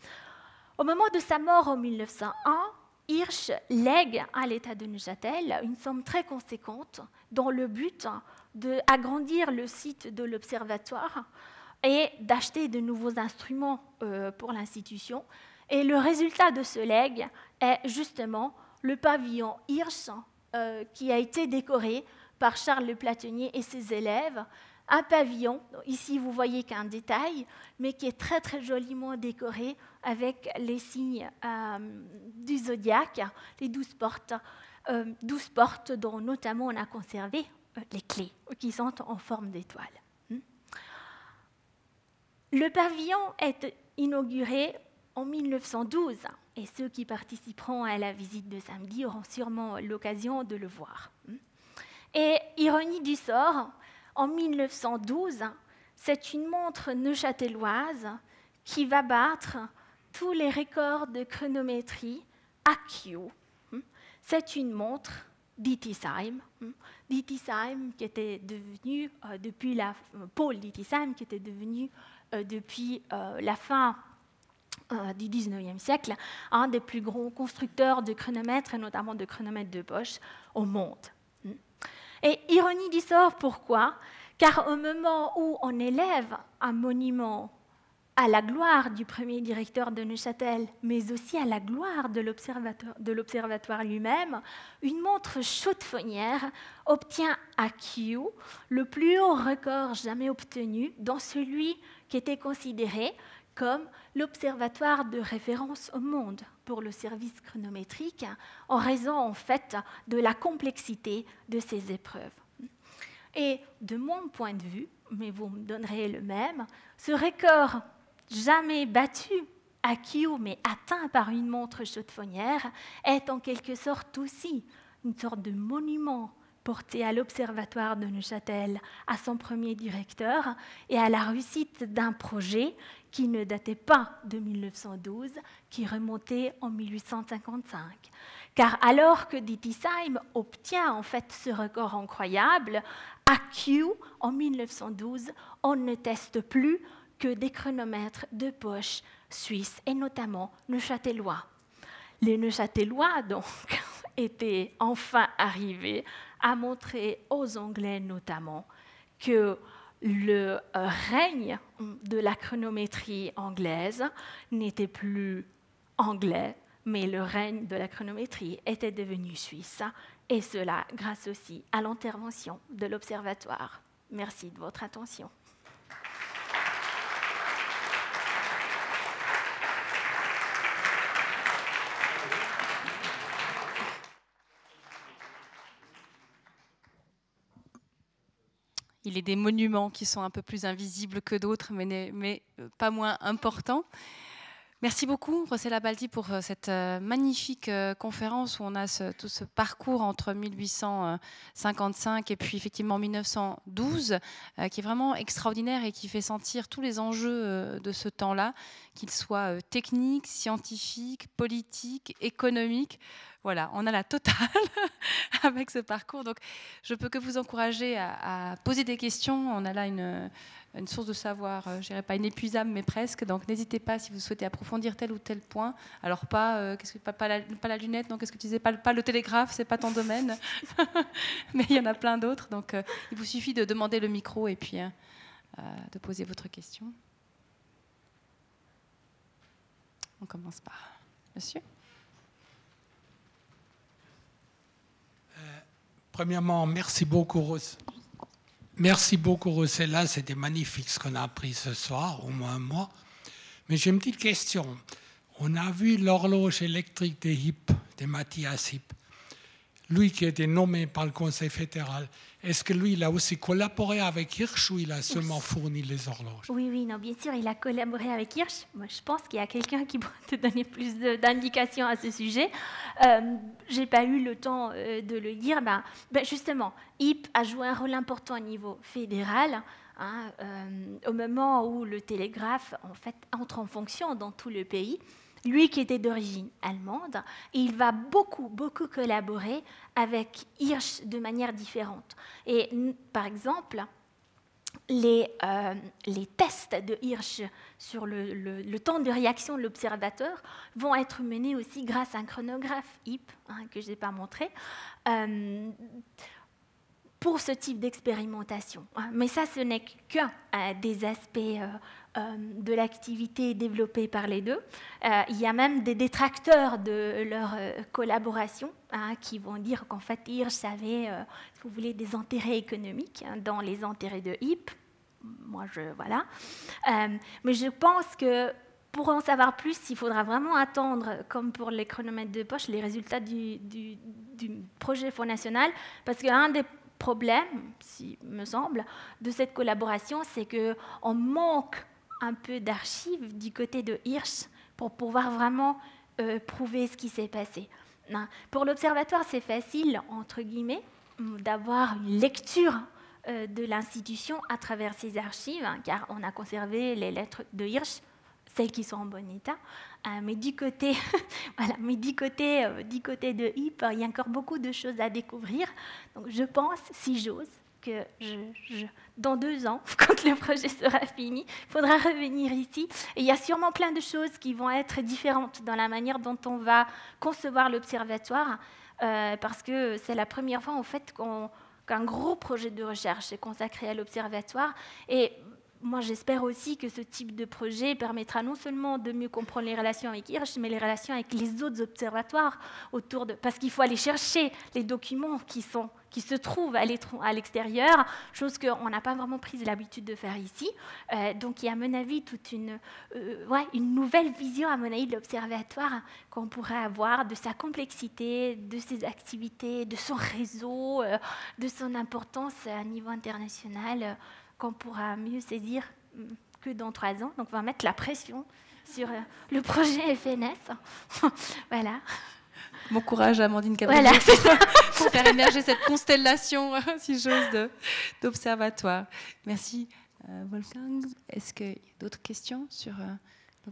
Au moment de sa mort en mille neuf cent un, Hirsch lègue à l'État de Neuchâtel une somme très conséquente dans le but d'agrandir le site de l'observatoire et d'acheter de nouveaux instruments euh, pour l'institution. Et le résultat de ce legs est justement le pavillon Hirsch euh, qui a été décoré par Charles Le Platonnier et ses élèves. Un pavillon, ici vous voyez qu'un détail, mais qui est très très joliment décoré avec les signes euh, du zodiaque, les douze portes, euh, douze portes dont notamment on a conservé euh, les clés, qui sont en forme d'étoile. Le pavillon est inauguré en mille neuf cent douze, et ceux qui participeront à la visite de samedi auront sûrement l'occasion de le voir. Et ironie du sort, en mille neuf cent douze, c'est une montre neuchâteloise qui va battre tous les records de chronométrie à Q. C'est une montre d'Itisheim, d'Itisheim qui était devenu euh, depuis la Paul d'Itisheim qui était devenu euh, depuis euh, la fin euh, du dix-neuvième siècle un des plus gros constructeurs de chronomètres et notamment de chronomètres de poche au monde. Et ironie du sort, pourquoi ? Car au moment où on élève un monument à la gloire du premier directeur de Neuchâtel, mais aussi à la gloire de l'observatoire, de l'observatoire lui-même, une montre chaudefonnière obtient à Kew le plus haut record jamais obtenu dans celui qui était considéré comme l'observatoire de référence au monde pour le service chronométrique, en raison en fait de la complexité de ces épreuves. Et de mon point de vue, mais vous me donnerez le même, ce record jamais battu à Kew, mais atteint par une montre chaudefonnière, est en quelque sorte aussi une sorte de monument porté à l'Observatoire de Neuchâtel, à son premier directeur, et à la réussite d'un projet qui ne datait pas de mille neuf cent douze, qui remontait en mille huit cent cinquante-cinq. Car alors que Dittisheim obtient en fait ce record incroyable, à Kew, en mille neuf cent douze, on ne teste plus que des chronomètres de poche suisses, et notamment neuchâtelois. Les Neuchâtelois, donc, étaient enfin arrivés à montrer aux Anglais notamment que le règne de la chronométrie anglaise n'était plus anglais, mais le règne de la chronométrie était devenu suisse, et cela grâce aussi à l'intervention de l'Observatoire. Merci de votre attention. Il est des monuments qui sont un peu plus invisibles que d'autres, mais, mais pas moins importants. Merci beaucoup, Rossella Baldi, pour cette magnifique conférence où on a ce, tout ce parcours entre mille huit cent cinquante-cinq et puis effectivement mille neuf cent douze, euh, qui est vraiment extraordinaire et qui fait sentir tous les enjeux de ce temps-là, qu'ils soient techniques, scientifiques, politiques, économiques. Voilà, on a la totale avec ce parcours. Donc, je peux que vous encourager à, à poser des questions. On a là une, une source de savoir, euh, je dirais pas inépuisable, mais presque. Donc, n'hésitez pas si vous souhaitez approfondir tel ou tel point. Alors, pas, euh, qu'est-ce que, pas, pas, la, pas la lunette, non, qu'est-ce que tu disais, pas, pas le télégraphe, c'est pas ton domaine. Mais il y en a plein d'autres. Donc, euh, il vous suffit de demander le micro et puis euh, de poser votre question. On commence par monsieur. Premièrement, merci beaucoup, Ros- merci beaucoup, Rossella. C'était magnifique ce qu'on a appris ce soir, au moins moi. Mais j'ai une petite question. On a vu l'horloge électrique de Hipp, de Matthias Hipp. Lui qui a été nommé par le Conseil fédéral, est-ce que lui, il a aussi collaboré avec Hirsch ou il a seulement fourni les horloges ? Oui, oui, non, bien sûr, il a collaboré avec Hirsch. Moi, je pense qu'il y a quelqu'un qui pourrait te donner plus de, d'indications à ce sujet. Euh, je n'ai pas eu le temps euh, de le dire. Ben, ben justement, Hipp a joué un rôle important au niveau fédéral. Hein, euh, au moment où le télégraphe en fait, entre en fonction dans tout le pays. Lui qui était d'origine allemande, et il va beaucoup, beaucoup collaborer avec Hirsch de manière différente. Et par exemple, les, euh, les tests de Hirsch sur le, le, le temps de réaction de l'observateur vont être menés aussi grâce à un chronographe Hipp, hein, que je n'ai pas montré, euh, pour ce type d'expérimentation. Mais ça, ce n'est qu'un euh, des aspects euh, euh, de l'activité développée par les deux. Euh, il y a même des détracteurs de leur euh, collaboration hein, qui vont dire qu'en fait, Hirsch avait, euh, si vous voulez, des intérêts économiques hein, dans les intérêts de Hipp. Moi, je... Voilà. Euh, mais je pense que pour en savoir plus, il faudra vraiment attendre, comme pour les chronomètres de poche, les résultats du, du, du projet Fonds national, parce qu'un des problème, si me semble, de cette collaboration, c'est qu'on manque un peu d'archives du côté de Hirsch pour pouvoir vraiment euh, prouver ce qui s'est passé. Pour l'observatoire, c'est facile, entre guillemets, d'avoir une lecture euh, de l'institution à travers ses archives, hein, car on a conservé les lettres de Hirsch, celles qui sont en bon état. Euh, mais du côté, voilà, mais du côté, euh, du côté de Ypres, il y a encore beaucoup de choses à découvrir. Donc je pense, si j'ose, que je, je, dans deux ans, quand le projet sera fini, il faudra revenir ici. Et il y a sûrement plein de choses qui vont être différentes dans la manière dont on va concevoir l'observatoire, euh, parce que c'est la première fois en fait qu'on, qu'un gros projet de recherche est consacré à l'observatoire. Et moi, j'espère aussi que ce type de projet permettra non seulement de mieux comprendre les relations avec Hirsch, mais les relations avec les autres observatoires autour de... Parce qu'il faut aller chercher les documents qui, sont, qui se trouvent à l'extérieur, chose qu'on n'a pas vraiment pris l'habitude de faire ici. Euh, donc, il y a, à mon avis, toute une, euh, ouais, une nouvelle vision, à mon avis, de l'observatoire qu'on pourrait avoir, de sa complexité, de ses activités, de son réseau, euh, de son importance à un niveau international, euh, qu'on pourra mieux saisir que dans trois ans. Donc, on va mettre la pression sur le projet F N S. Voilà. Bon courage à Amandine Cabrel voilà, pour faire émerger cette constellation, si j'ose, de, d'observatoire. Merci, euh, Wolfgang. Est-ce qu'il y a d'autres questions sur euh, l'observatoire ?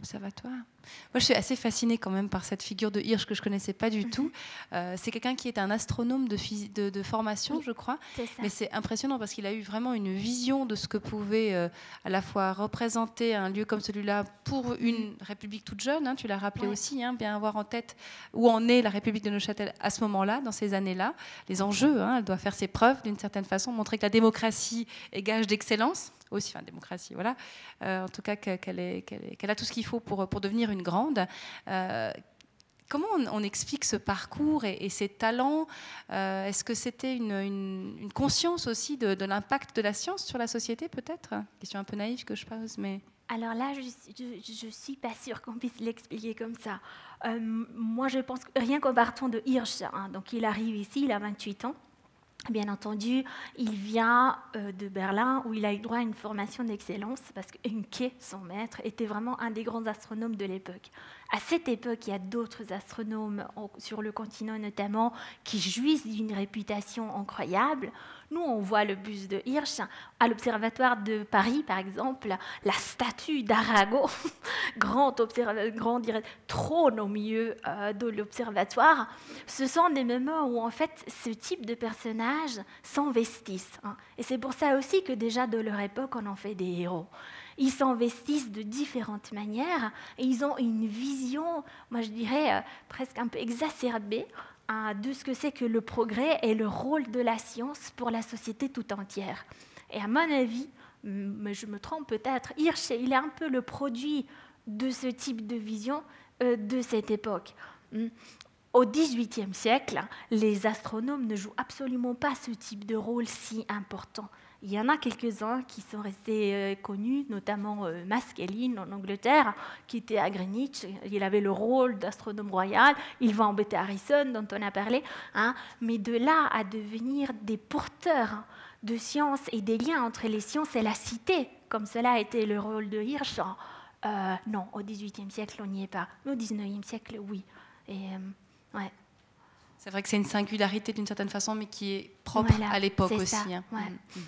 Moi, je suis assez fascinée quand même par cette figure de Hirsch que je ne connaissais pas du mm-hmm. tout. Euh, c'est quelqu'un qui est un astronome de, phys- de, de formation, oui, je crois. C'est ça. Mais c'est impressionnant parce qu'il a eu vraiment une vision de ce que pouvait euh, à la fois représenter un lieu comme celui-là pour une République toute jeune. Hein, tu l'as rappelé ouais. aussi, hein, bien avoir en tête où en est la République de Neuchâtel à ce moment-là, dans ces années-là. Les enjeux, hein, elle doit faire ses preuves d'une certaine façon, montrer que la démocratie est gage d'excellence. Aussi, enfin, démocratie, voilà. Euh, en tout cas, qu'elle, est, qu'elle, est, qu'elle a tout ce qu'il faut pour, pour devenir une grande. Euh, comment on, on explique ce parcours et, et ces talents ? euh, Est-ce que c'était une, une, une conscience aussi de, de l'impact de la science sur la société, peut-être ? Question un peu naïve que je pose, mais... Alors là, je ne suis pas sûre qu'on puisse l'expliquer comme ça. Euh, moi, je pense que rien qu'en partant de Hirsch, hein, donc il arrive ici, il a vingt-huit ans. Bien entendu, il vient euh, de Berlin où il a eu droit à une formation d'excellence parce que Encke, son maître, était vraiment un des grands astronomes de l'époque. À cette époque, il y a d'autres astronomes sur le continent notamment qui jouissent d'une réputation incroyable. Nous, on voit le buste de Hirsch à l'Observatoire de Paris, par exemple, la statue d'Arago, grand, observa- grand trône au milieu euh, de l'observatoire. Ce sont des moments où, en fait, ce type de personnages s'investissent. Hein. Et c'est pour ça aussi que déjà, de leur époque, on en fait des héros. Ils s'investissent de différentes manières et ils ont une vision, moi je dirais, euh, presque un peu exacerbée hein, de ce que c'est que le progrès et le rôle de la science pour la société tout entière. Et à mon avis, mais je me trompe peut-être, Hirsch, il est un peu le produit de ce type de vision euh, de cette époque. Au dix-huitième siècle, les astronomes ne jouent absolument pas ce type de rôle si important. Il y en a quelques-uns qui sont restés euh, connus, notamment euh, Maskelyne en Angleterre, qui était à Greenwich. Il avait le rôle d'astronome royal. Il va embêter Harrison, dont on a parlé. Hein. Mais de là à devenir des porteurs de sciences et des liens entre les sciences et la cité, comme cela a été le rôle de Hirsch, euh, non, au dix-huitième siècle, on n'y est pas. Mais au dix-neuvième siècle, oui. Et, euh, ouais. C'est vrai que c'est une singularité d'une certaine façon, mais qui est propre voilà, à l'époque c'est aussi. Ça, hein. ouais. mmh.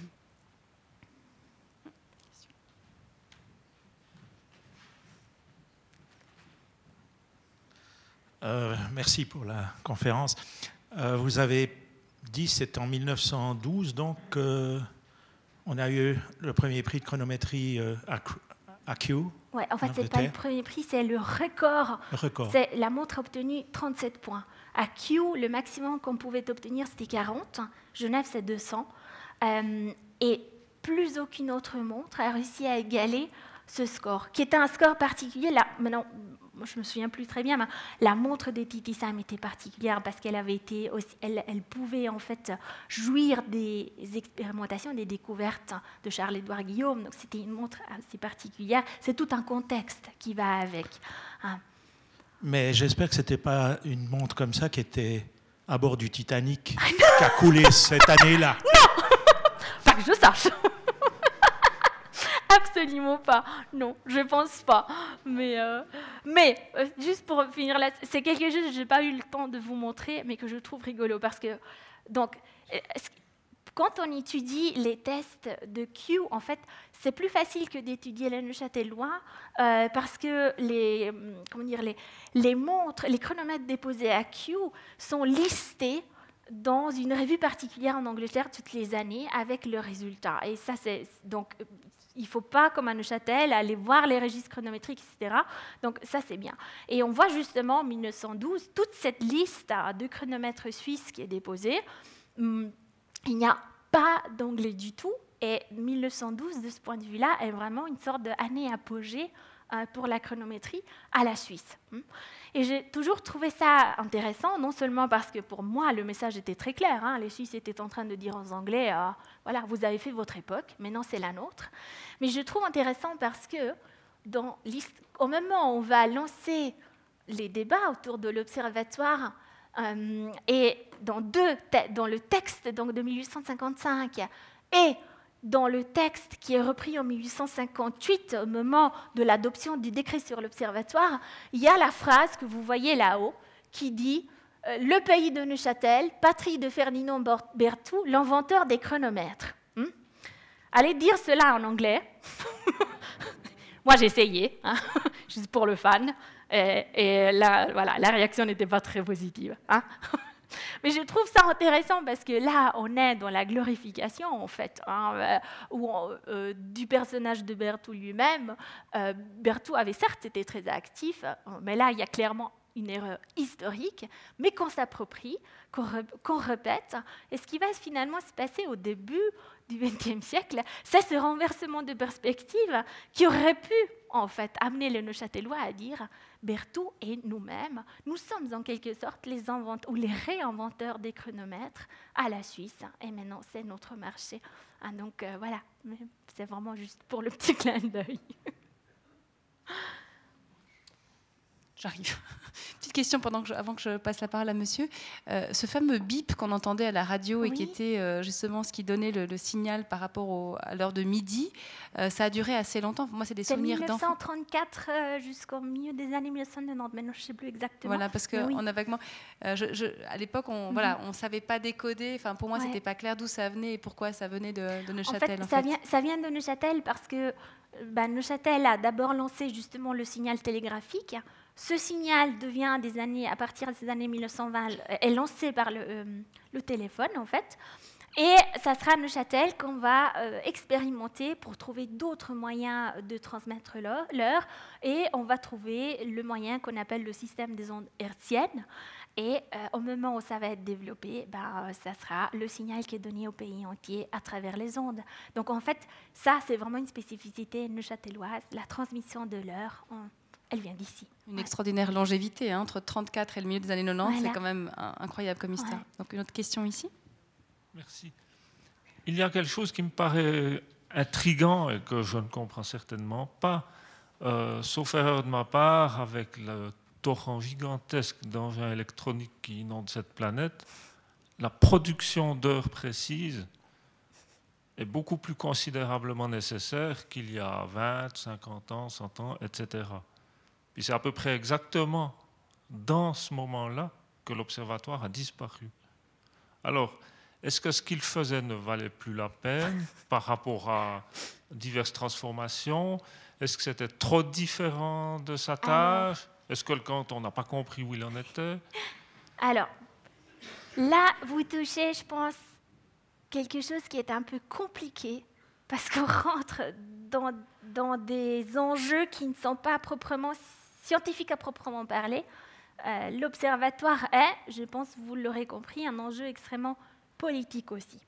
Euh, merci pour la conférence. Euh, vous avez dit, c'est en mille neuf cent douze, donc euh, on a eu le premier prix de chronométrie euh, à Kew. Ouais, en fait, ce n'est pas le premier prix, c'est le record. Le record. C'est, la montre a obtenu trente-sept points. À Kew, le maximum qu'on pouvait obtenir, c'était quarante. Genève, c'est deux cents. Euh, et plus aucune autre montre a réussi à égaler ce score, qui était un score particulier. Là, maintenant, je me souviens plus très bien, mais la montre de Titi Sam était particulière parce qu'elle avait été aussi, elle, elle pouvait en fait jouir des expérimentations, des découvertes de Charles-Édouard Guillaume. Donc c'était une montre assez particulière. C'est tout un contexte qui va avec. Hein. Mais j'espère que c'était pas une montre comme ça qui était à bord du Titanic qui a coulé cette année-là. Non, pas que je sache. Absolument pas. Non, je pense pas. Mais, euh, mais euh, juste pour finir là, c'est quelque chose que je n'ai pas eu le temps de vous montrer, mais que je trouve rigolo. Parce que, donc, quand on étudie les tests de Q, en fait, c'est plus facile que d'étudier les neuchâtelois euh, parce que les, comment dire, les, les montres, les chronomètres déposés à Q sont listés dans une revue particulière en Angleterre toutes les années avec le résultat. Et ça, c'est donc il ne faut pas, comme à Neuchâtel, aller voir les registres chronométriques, et cetera. Donc ça, c'est bien. Et on voit justement en mille neuf cent douze toute cette liste de chronomètres suisses qui est déposée. Il n'y a pas d'anglais du tout. Et mille neuf cent douze, de ce point de vue-là, est vraiment une sorte d'année apogée pour la chronométrie à la Suisse. Et j'ai toujours trouvé ça intéressant, non seulement parce que pour moi, le message était très clair. Hein, les Suisses étaient en train de dire aux Anglais, euh, voilà, vous avez fait votre époque, maintenant c'est la nôtre. Mais je trouve intéressant parce que, dans au moment où on va lancer les débats autour de l'observatoire, euh, et dans, deux te- dans le texte donc, de mille huit cent cinquante-cinq et dans le texte qui est repris en mille huit cent cinquante-huit, au moment de l'adoption du décret sur l'observatoire, il y a la phrase que vous voyez là-haut qui dit euh, « Le pays de Neuchâtel, patrie de Ferdinand Berthoud, l'inventeur des chronomètres. Hmm » Allez dire cela en anglais. Moi, j'ai essayé, hein, juste pour le fan, et, et la, voilà, la réaction n'était pas très positive. Hein. Mais je trouve ça intéressant parce que là, on est dans la glorification, en fait, hein, euh, où on, euh, du personnage de Berthoud lui-même. Euh, Berthoud avait certes été très actif, mais là, il y a clairement une erreur historique, mais qu'on s'approprie, qu'on, re, qu'on répète. Et ce qui va finalement se passer au début du vingtième siècle, c'est ce renversement de perspective qui aurait pu, en fait, amener les Neuchâtelois à dire Berthoud et nous-mêmes, nous sommes en quelque sorte les inventeurs ou les réinventeurs des chronomètres à la Suisse, et maintenant c'est notre marché. Ah, donc euh, voilà, mais c'est vraiment juste pour le petit clin d'œil. J'arrive. Petite question pendant que je, avant que je passe la parole à monsieur. Euh, ce fameux bip qu'on entendait à la radio, oui, et qui était euh, justement ce qui donnait le, le signal par rapport au, à l'heure de midi, euh, ça a duré assez longtemps. Pour moi, c'est des c'est souvenirs d'enfants. mille neuf cent trente-quatre euh, jusqu'au milieu des années mille neuf cent quatre-vingt-dix. Maintenant, je ne sais plus exactement. Voilà, parce qu'on oui. a vaguement... Euh, je, je, à l'époque, on ne mm-hmm. voilà, on savait pas décoder. Enfin, pour moi, ouais. C'était pas clair d'où ça venait et pourquoi ça venait de, de Neuchâtel. En fait, en ça, fait. Vient, ça vient de Neuchâtel parce que bah, Neuchâtel a d'abord lancé justement le signal télégraphique. Ce signal devient des années, à partir des années mille neuf cent vingt, est lancé par le, euh, le téléphone en fait, et ça sera à Neuchâtel qu'on va euh, expérimenter pour trouver d'autres moyens de transmettre l'heure, et on va trouver le moyen qu'on appelle le système des ondes hertziennes. Et euh, au moment où ça va être développé, ben, ça sera le signal qui est donné au pays entier à travers les ondes. Donc en fait, ça c'est vraiment une spécificité neuchâteloise, la transmission de l'heure. On, Elle vient d'ici. Une ouais. extraordinaire longévité, hein, entre trente-quatre et le milieu des années quatre-vingt-dix, voilà. C'est quand même un, incroyable comme histoire. Ouais. Donc une autre question ici. Merci. Il y a quelque chose qui me paraît intriguant et que je ne comprends certainement pas, euh, sauf erreur de ma part, avec le torrent gigantesque d'engins électroniques qui inondent cette planète, la production d'heures précises est beaucoup plus considérablement nécessaire qu'il y a vingt, cinquante ans, cent ans, et cetera. Puis c'est à peu près exactement dans ce moment-là que l'observatoire a disparu. Alors, est-ce que ce qu'il faisait ne valait plus la peine par rapport à diverses transformations? Est-ce que c'était trop différent de sa tâche? Alors, est-ce que le canton n'a pas compris où il en était? Alors, là, vous touchez, je pense, quelque chose qui est un peu compliqué, parce qu'on rentre dans, dans des enjeux qui ne sont pas proprement scientifiques à proprement parler. Euh, l'observatoire est, je pense, vous l'aurez compris, un enjeu extrêmement politique aussi.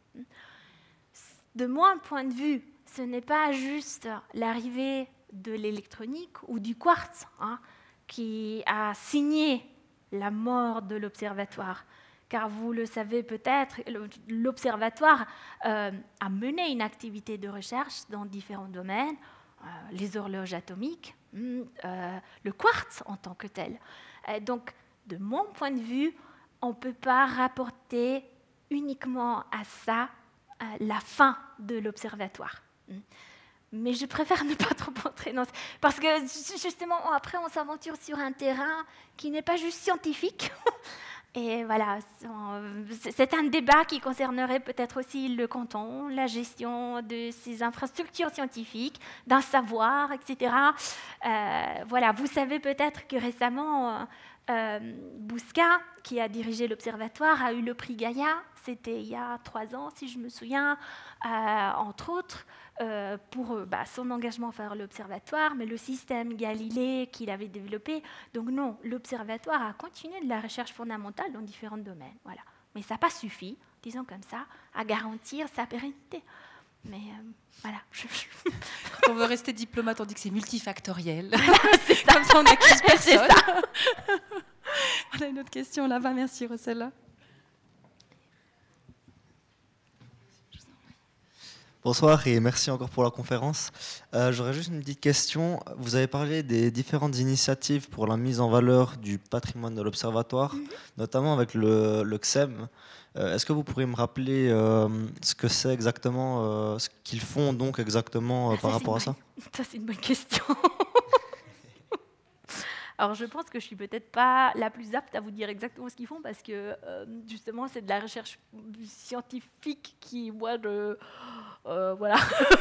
De mon point de vue, ce n'est pas juste l'arrivée de l'électronique ou du quartz hein, qui a signé la mort de l'observatoire. Car vous le savez peut-être, l'observatoire euh, a mené une activité de recherche dans différents domaines, euh, les horloges atomiques, euh, le quartz en tant que tel. Et donc, de mon point de vue, on ne peut pas rapporter uniquement à ça euh, la fin de l'observatoire. Mais je préfère ne pas trop entrer dans ça, parce que justement, après, on s'aventure sur un terrain qui n'est pas juste scientifique, Et voilà, c'est un débat qui concernerait peut-être aussi le canton, la gestion de ses infrastructures scientifiques, d'un savoir, et cetera. Euh, voilà, vous savez peut-être que récemment, euh, Bousca, qui a dirigé l'observatoire, a eu le prix Gaïa. C'était il y a trois ans, si je me souviens, euh, entre autres, euh, pour euh, bah, son engagement envers l'observatoire, mais le système Galilée qu'il avait développé. Donc non, l'observatoire a continué de la recherche fondamentale dans différents domaines. Voilà. Mais ça n'a pas suffi, disons comme ça, à garantir sa pérennité. Mais euh, voilà. Quand on veut rester diplomate, on dit que c'est multifactoriel. C'est ça. Comme ça, on n'accuse personne. On a une autre question là-bas. Merci, Rossella. Bonsoir et merci encore pour la conférence. Euh, j'aurais juste une petite question. Vous avez parlé des différentes initiatives pour la mise en valeur du patrimoine de l'Observatoire, mm-hmm. notamment avec le, le C S E M. Euh, est-ce que vous pourriez me rappeler euh, ce que c'est exactement, euh, ce qu'ils font donc exactement euh, par ça, rapport à bonne... ça? Ça, c'est une bonne question. Alors, je pense que je ne suis peut-être pas la plus apte à vous dire exactement ce qu'ils font parce que, euh, justement, c'est de la recherche scientifique qui, moi, je... Euh, voilà.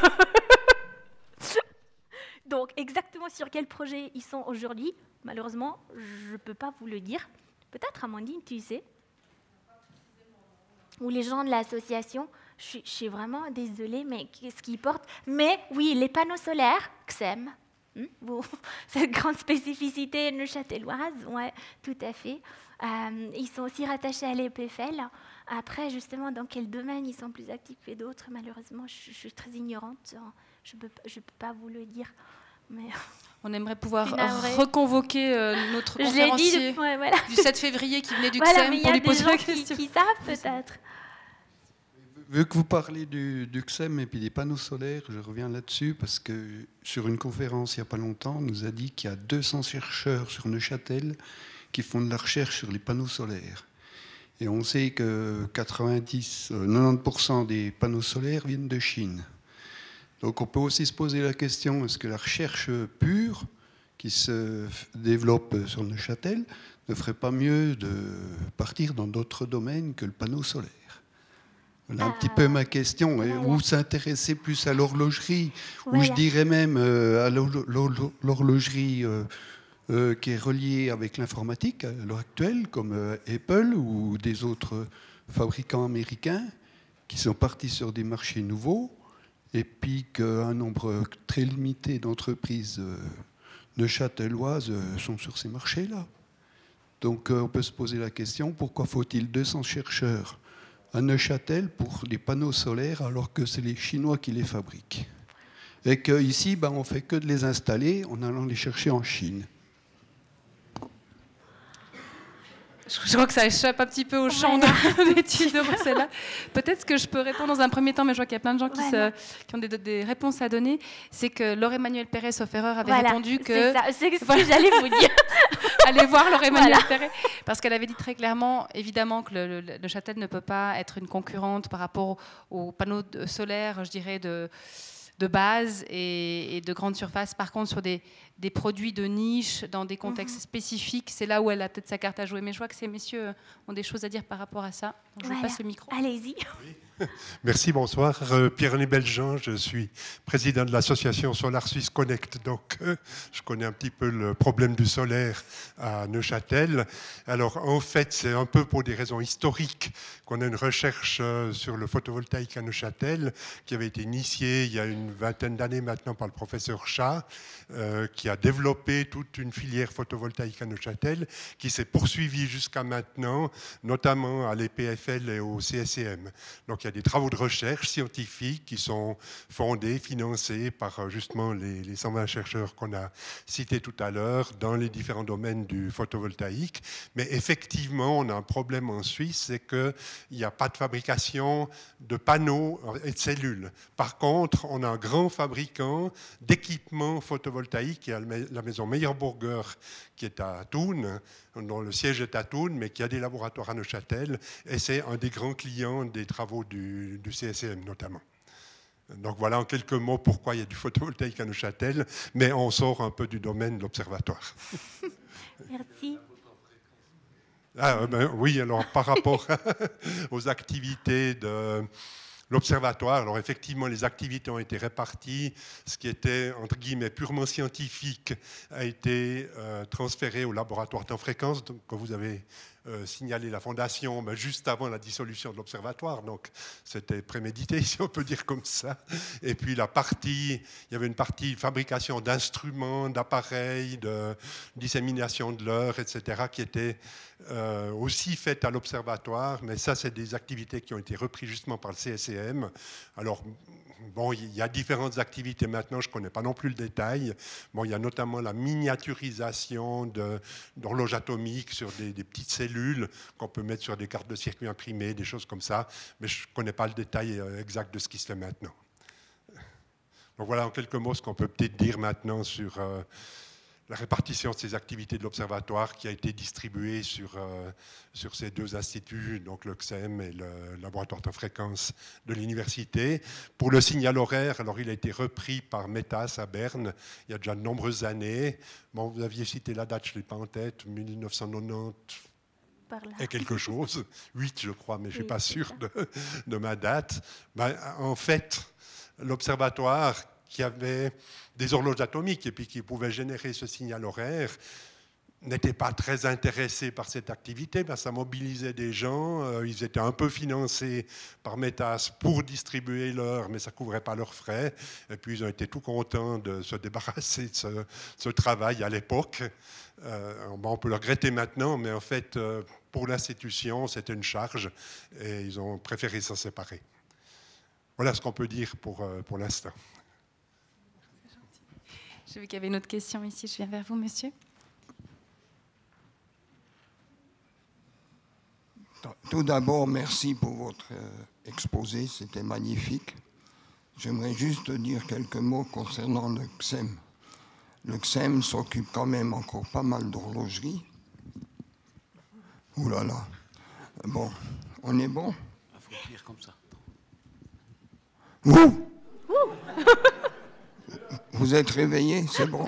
Donc, exactement sur quel projet ils sont aujourd'hui, malheureusement, je ne peux pas vous le dire. Peut-être, Amandine, tu sais. Ou les gens de l'association, je suis, je suis vraiment désolée, mais qu'est-ce qu'ils portent? Mais oui, les panneaux solaires, X E M. Hmm, bon, cette grande spécificité neuchâteloise, ouais, tout à fait. Euh, ils sont aussi rattachés à l'E P F L. Après, justement, dans quel domaine ils sont plus actifs que d'autres, malheureusement, je, je suis très ignorante. Je ne peux, je peux pas vous le dire. Mais... On aimerait pouvoir reconvoquer euh, notre je conférencier dit, ouais, voilà. du sept février qui venait du voilà, X E M pour lui poser la question. Qui, qui savent peut-être. Vu que vous parlez du, du X E M et puis des panneaux solaires, je reviens là-dessus parce que sur une conférence il n'y a pas longtemps, on nous a dit qu'il y a deux cents chercheurs sur Neuchâtel qui font de la recherche sur les panneaux solaires. Et on sait que quatre-vingt-dix, quatre-vingt-dix pour cent des panneaux solaires viennent de Chine. Donc on peut aussi se poser la question, est-ce que la recherche pure qui se développe sur Neuchâtel ne ferait pas mieux de partir dans d'autres domaines que le panneau solaire? Voilà un ah, petit peu ma question. Voilà. Vous vous intéressez plus à l'horlogerie, voilà. ou je dirais même euh, à l'horlogerie euh, euh, qui est reliée avec l'informatique à l'heure actuelle, comme euh, Apple ou des autres fabricants américains qui sont partis sur des marchés nouveaux, et puis qu'un nombre très limité d'entreprises euh, neuchâteloises euh, sont sur ces marchés-là. Donc euh, on peut se poser la question, pourquoi faut-il deux cents chercheurs à Neuchâtel pour des panneaux solaires alors que c'est les Chinois qui les fabriquent. Et qu'ici, ben, on ne fait que de les installer en allant les chercher en Chine. Je crois que ça échappe un petit peu au champ voilà. d'études de Rossella. Peut-être que je peux répondre dans un premier temps, mais je vois qu'il y a plein de gens qui, voilà. se, qui ont des, des réponses à donner. C'est que Laure-Emmanuelle Perret, sauf erreur, avait voilà. répondu que... C'est ça, c'est ce voilà. que j'allais vous dire. Allez voir Laure-Emmanuelle voilà. Perret, parce qu'elle avait dit très clairement, évidemment, que le, le, le Châtel ne peut pas être une concurrente par rapport aux panneaux solaires, je dirais, de... de base et, et de grande surface. Par contre, sur des, des produits de niche, dans des contextes mm-hmm. spécifiques, c'est là où elle a peut-être sa carte à jouer. Mais je vois que ces messieurs ont des choses à dire par rapport à ça. Donc, je voilà. vous passe le micro. Allez-y. Oui. Merci, bonsoir. Euh, Pierre-René Beljean, je suis président de l'association Solar Suisse Connect. Donc, euh, je connais un petit peu le problème du solaire à Neuchâtel. Alors, en fait, c'est un peu pour des raisons historiques qu'on a une recherche euh, sur le photovoltaïque à Neuchâtel qui avait été initiée il y a une vingtaine d'années maintenant par le professeur Chat, euh, qui a développé toute une filière photovoltaïque à Neuchâtel, qui s'est poursuivie jusqu'à maintenant, notamment à l'E P F L et au C S C M. Donc, il y a des travaux de recherche scientifiques qui sont fondés, financés par justement les, les cent vingt chercheurs qu'on a cités tout à l'heure dans les différents domaines du photovoltaïque. Mais effectivement, on a un problème en Suisse, c'est qu'il n'y a pas de fabrication de panneaux et de cellules. Par contre, on a un grand fabricant d'équipements photovoltaïques, qui est la maison Meyer-Burger, qui est à Thun, dont le siège est à Thun, mais qui a des laboratoires à Neuchâtel, et c'est un des grands clients des travaux du, du C S C M notamment. Donc voilà en quelques mots pourquoi il y a du photovoltaïque à Neuchâtel, mais on sort un peu du domaine de l'observatoire. Merci. Ah, ben, oui, alors par rapport aux activités de l'observatoire, alors effectivement, les activités ont été réparties. Ce qui était, entre guillemets, purement scientifique a été euh, transféré au laboratoire temps fréquence. Donc, quand vous avez euh, signalé la fondation, ben, juste avant la dissolution de l'observatoire, donc c'était prémédité, si on peut dire comme ça. Et puis la partie, il y avait une partie fabrication d'instruments, d'appareils, de dissémination de l'heure, et cetera, qui était euh, aussi faite à l'observatoire. Mais ça, c'est des activités qui ont été reprises justement par le C S C M. Alors, bon, il y a différentes activités maintenant, je ne connais pas non plus le détail. Bon, il y a notamment la miniaturisation de, d'horloges atomiques sur des, des petites cellules qu'on peut mettre sur des cartes de circuit imprimées, des choses comme ça, mais je ne connais pas le détail exact de ce qui se fait maintenant. Donc voilà en quelques mots ce qu'on peut peut-être dire maintenant sur euh, la répartition de ces activités de l'Observatoire qui a été distribuée sur, euh, sur ces deux instituts, donc le C S E M et le laboratoire de fréquence de l'université. Pour le signal horaire, alors il a été repris par Metas à Berne il y a déjà de nombreuses années. Bon, vous aviez cité la date, je ne l'ai pas en tête, mille neuf cent quatre-vingt-dix et quelque chose, huit je crois, mais je ne suis oui, pas sûr de, de ma date. Ben, en fait, l'Observatoire qui avait des horloges atomiques et puis qui pouvait générer ce signal horaire, n'était pas très intéressé par cette activité, ben ça mobilisait des gens, euh, ils étaient un peu financés par Metas pour distribuer l'heure, mais ça ne couvrait pas leurs frais, et puis ils ont été tout contents de se débarrasser de ce, ce travail à l'époque. Euh, bon, on peut le regretter maintenant, mais en fait, euh, pour l'institution, c'était une charge, et ils ont préféré s'en séparer. Voilà ce qu'on peut dire pour, euh, pour l'instant. J'ai vu qu'il y avait une autre question ici. Je viens vers vous, monsieur. Tout d'abord, merci pour votre exposé. C'était magnifique. J'aimerais juste dire quelques mots concernant le C S E M. Le C S E M s'occupe quand même encore pas mal d'horlogerie. Ouh là là. Bon, on est bon ? Il faut dire comme ça. Ouh ! Vous êtes réveillés, c'est bon.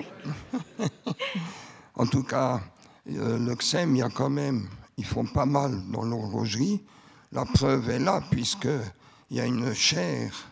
En tout cas, euh, le C S E M, il y a quand même, ils font pas mal dans l'horlogerie. La preuve est là, puisqu'il y a une chaire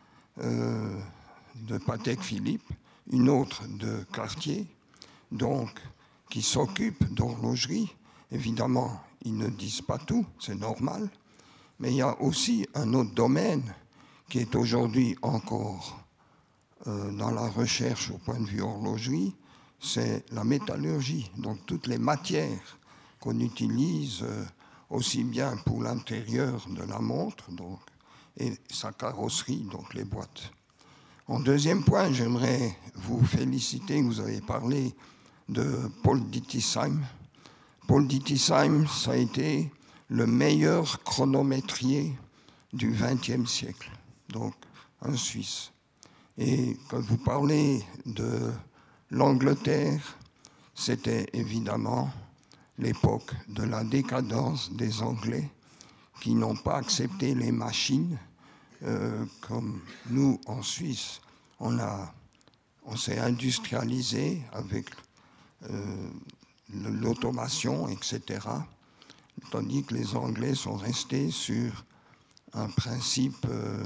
euh, de Patek Philippe, une autre de Cartier, donc, qui s'occupe d'horlogerie. Évidemment, ils ne disent pas tout, c'est normal. Mais il y a aussi un autre domaine qui est aujourd'hui encore euh, dans la recherche au point de vue horlogerie, c'est la métallurgie. Donc toutes les matières qu'on utilise euh, aussi bien pour l'intérieur de la montre donc, et sa carrosserie, donc les boîtes. En deuxième point, j'aimerais vous féliciter, vous avez parlé de Paul Dittisheim. Paul Dittisheim, ça a été le meilleur chronométrier du vingtième siècle, donc un Suisse. Et quand vous parlez de l'Angleterre, c'était évidemment l'époque de la décadence des Anglais qui n'ont pas accepté les machines. Euh, comme nous, en Suisse, on, a, on s'est industrialisé avec euh, l'automation, et cetera, tandis que les Anglais sont restés sur un principe euh,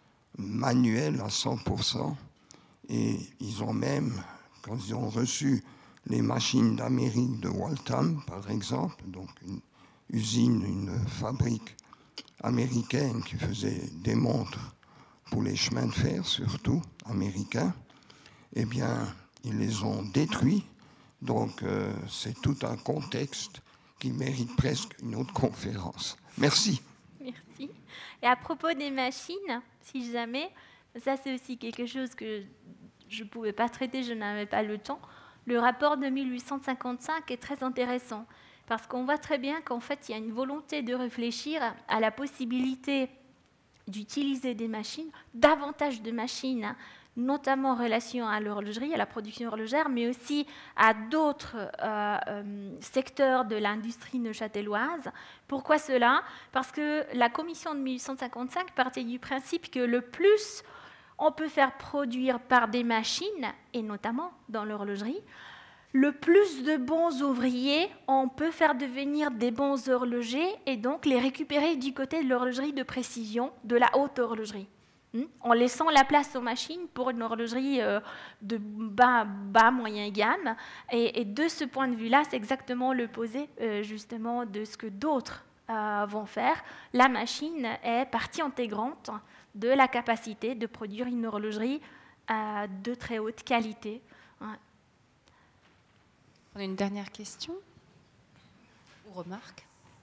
manuel à cent pour cent, et ils ont même, quand ils ont reçu les machines d'Amérique de Waltham, par exemple, donc une usine, une fabrique américaine qui faisait des montres pour les chemins de fer, surtout américains, eh bien, ils les ont détruits. Donc, euh, c'est tout un contexte qui mérite presque une autre conférence. Merci. Merci. Et à propos des machines, si jamais, ça c'est aussi quelque chose que je ne pouvais pas traiter, je n'avais pas le temps. Le rapport de mille huit cent cinquante-cinq est très intéressant parce qu'on voit très bien qu'en fait, il y a une volonté de réfléchir à la possibilité d'utiliser des machines, davantage de machines, notamment en relation à l'horlogerie, à la production horlogère, mais aussi à d'autres euh, euh, secteurs de l'industrie neuchâteloise. Pourquoi cela ? Parce que la commission de mille huit cent cinquante-cinq partait du principe que le plus on peut faire produire par des machines, et notamment dans l'horlogerie, le plus de bons ouvriers, on peut faire devenir des bons horlogers et donc les récupérer du côté de l'horlogerie de précision, de la haute horlogerie, en laissant la place aux machines pour une horlogerie de bas, bas moyen gamme. Et, et de ce point de vue-là, c'est exactement l'opposé justement de ce que d'autres euh, vont faire. La machine est partie intégrante de la capacité de produire une horlogerie euh, de très haute qualité. On a une dernière question ou remarque?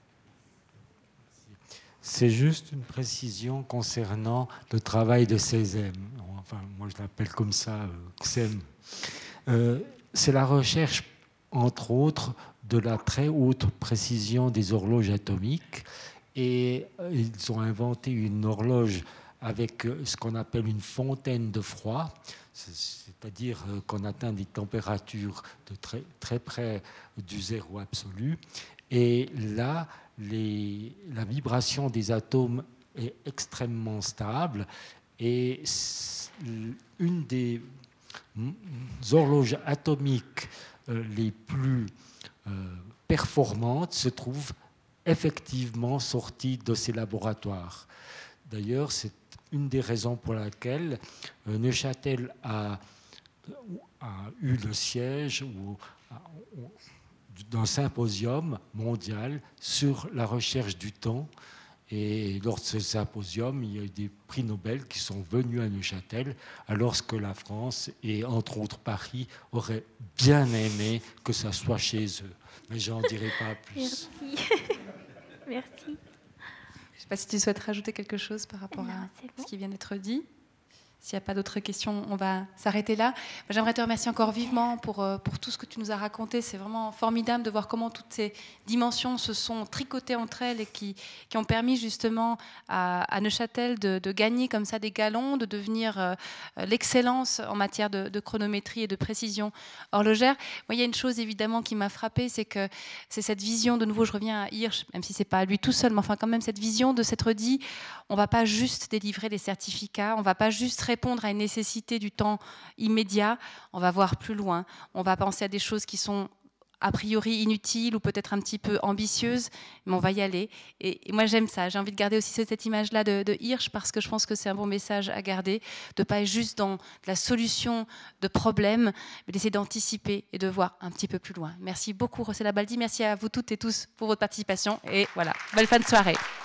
C'est juste une précision concernant le travail de C E S E M. Enfin, moi, je l'appelle comme ça, euh, C E S E M. Euh, c'est la recherche, entre autres, de la très haute précision des horloges atomiques. Et euh, ils ont inventé une horloge avec euh, ce qu'on appelle une fontaine de froid, c'est-à-dire euh, qu'on atteint des températures de très, très près du zéro absolu. Et là, les, la vibration des atomes est extrêmement stable et une des horloges atomiques euh, les plus euh, performantes se trouve effectivement sortie de ces laboratoires. D'ailleurs, c'est une des raisons pour laquelle euh, Neuchâtel a, a eu le siège ou, a, d'un symposium mondial sur la recherche du temps. Et lors de ce symposium, il y a eu des prix Nobel qui sont venus à Neuchâtel, alors que la France et entre autres Paris auraient bien aimé que ça soit chez eux. Mais j'en dirai pas plus. Merci. Merci. Je ne sais pas si tu souhaites rajouter quelque chose par rapport non, à bon. ce qui vient d'être dit. S'il n'y a pas d'autres questions, on va s'arrêter là. J'aimerais te remercier encore vivement pour, pour tout ce que tu nous as raconté. C'est vraiment formidable de voir comment toutes ces dimensions se sont tricotées entre elles et qui, qui ont permis justement à, à Neuchâtel de, de gagner comme ça des galons, de devenir euh, l'excellence en matière de, de chronométrie et de précision horlogère. Moi, il y a une chose évidemment qui m'a frappée, c'est que c'est cette vision, de nouveau je reviens à Hirsch, même si ce n'est pas à lui tout seul, mais enfin quand même cette vision de s'être dit, on ne va pas juste délivrer les certificats, on ne va pas juste répondre à une nécessité du temps immédiat, on va voir plus loin, on va penser à des choses qui sont a priori inutiles ou peut-être un petit peu ambitieuses, mais on va y aller. Et, et moi j'aime ça, j'ai envie de garder aussi cette image-là de, de Hirsch parce que je pense que c'est un bon message à garder, de ne pas être juste dans la solution de problèmes, mais d'essayer d'anticiper et de voir un petit peu plus loin. Merci beaucoup Rossella Baldi, merci à vous toutes et tous pour votre participation et voilà, belle fin de soirée.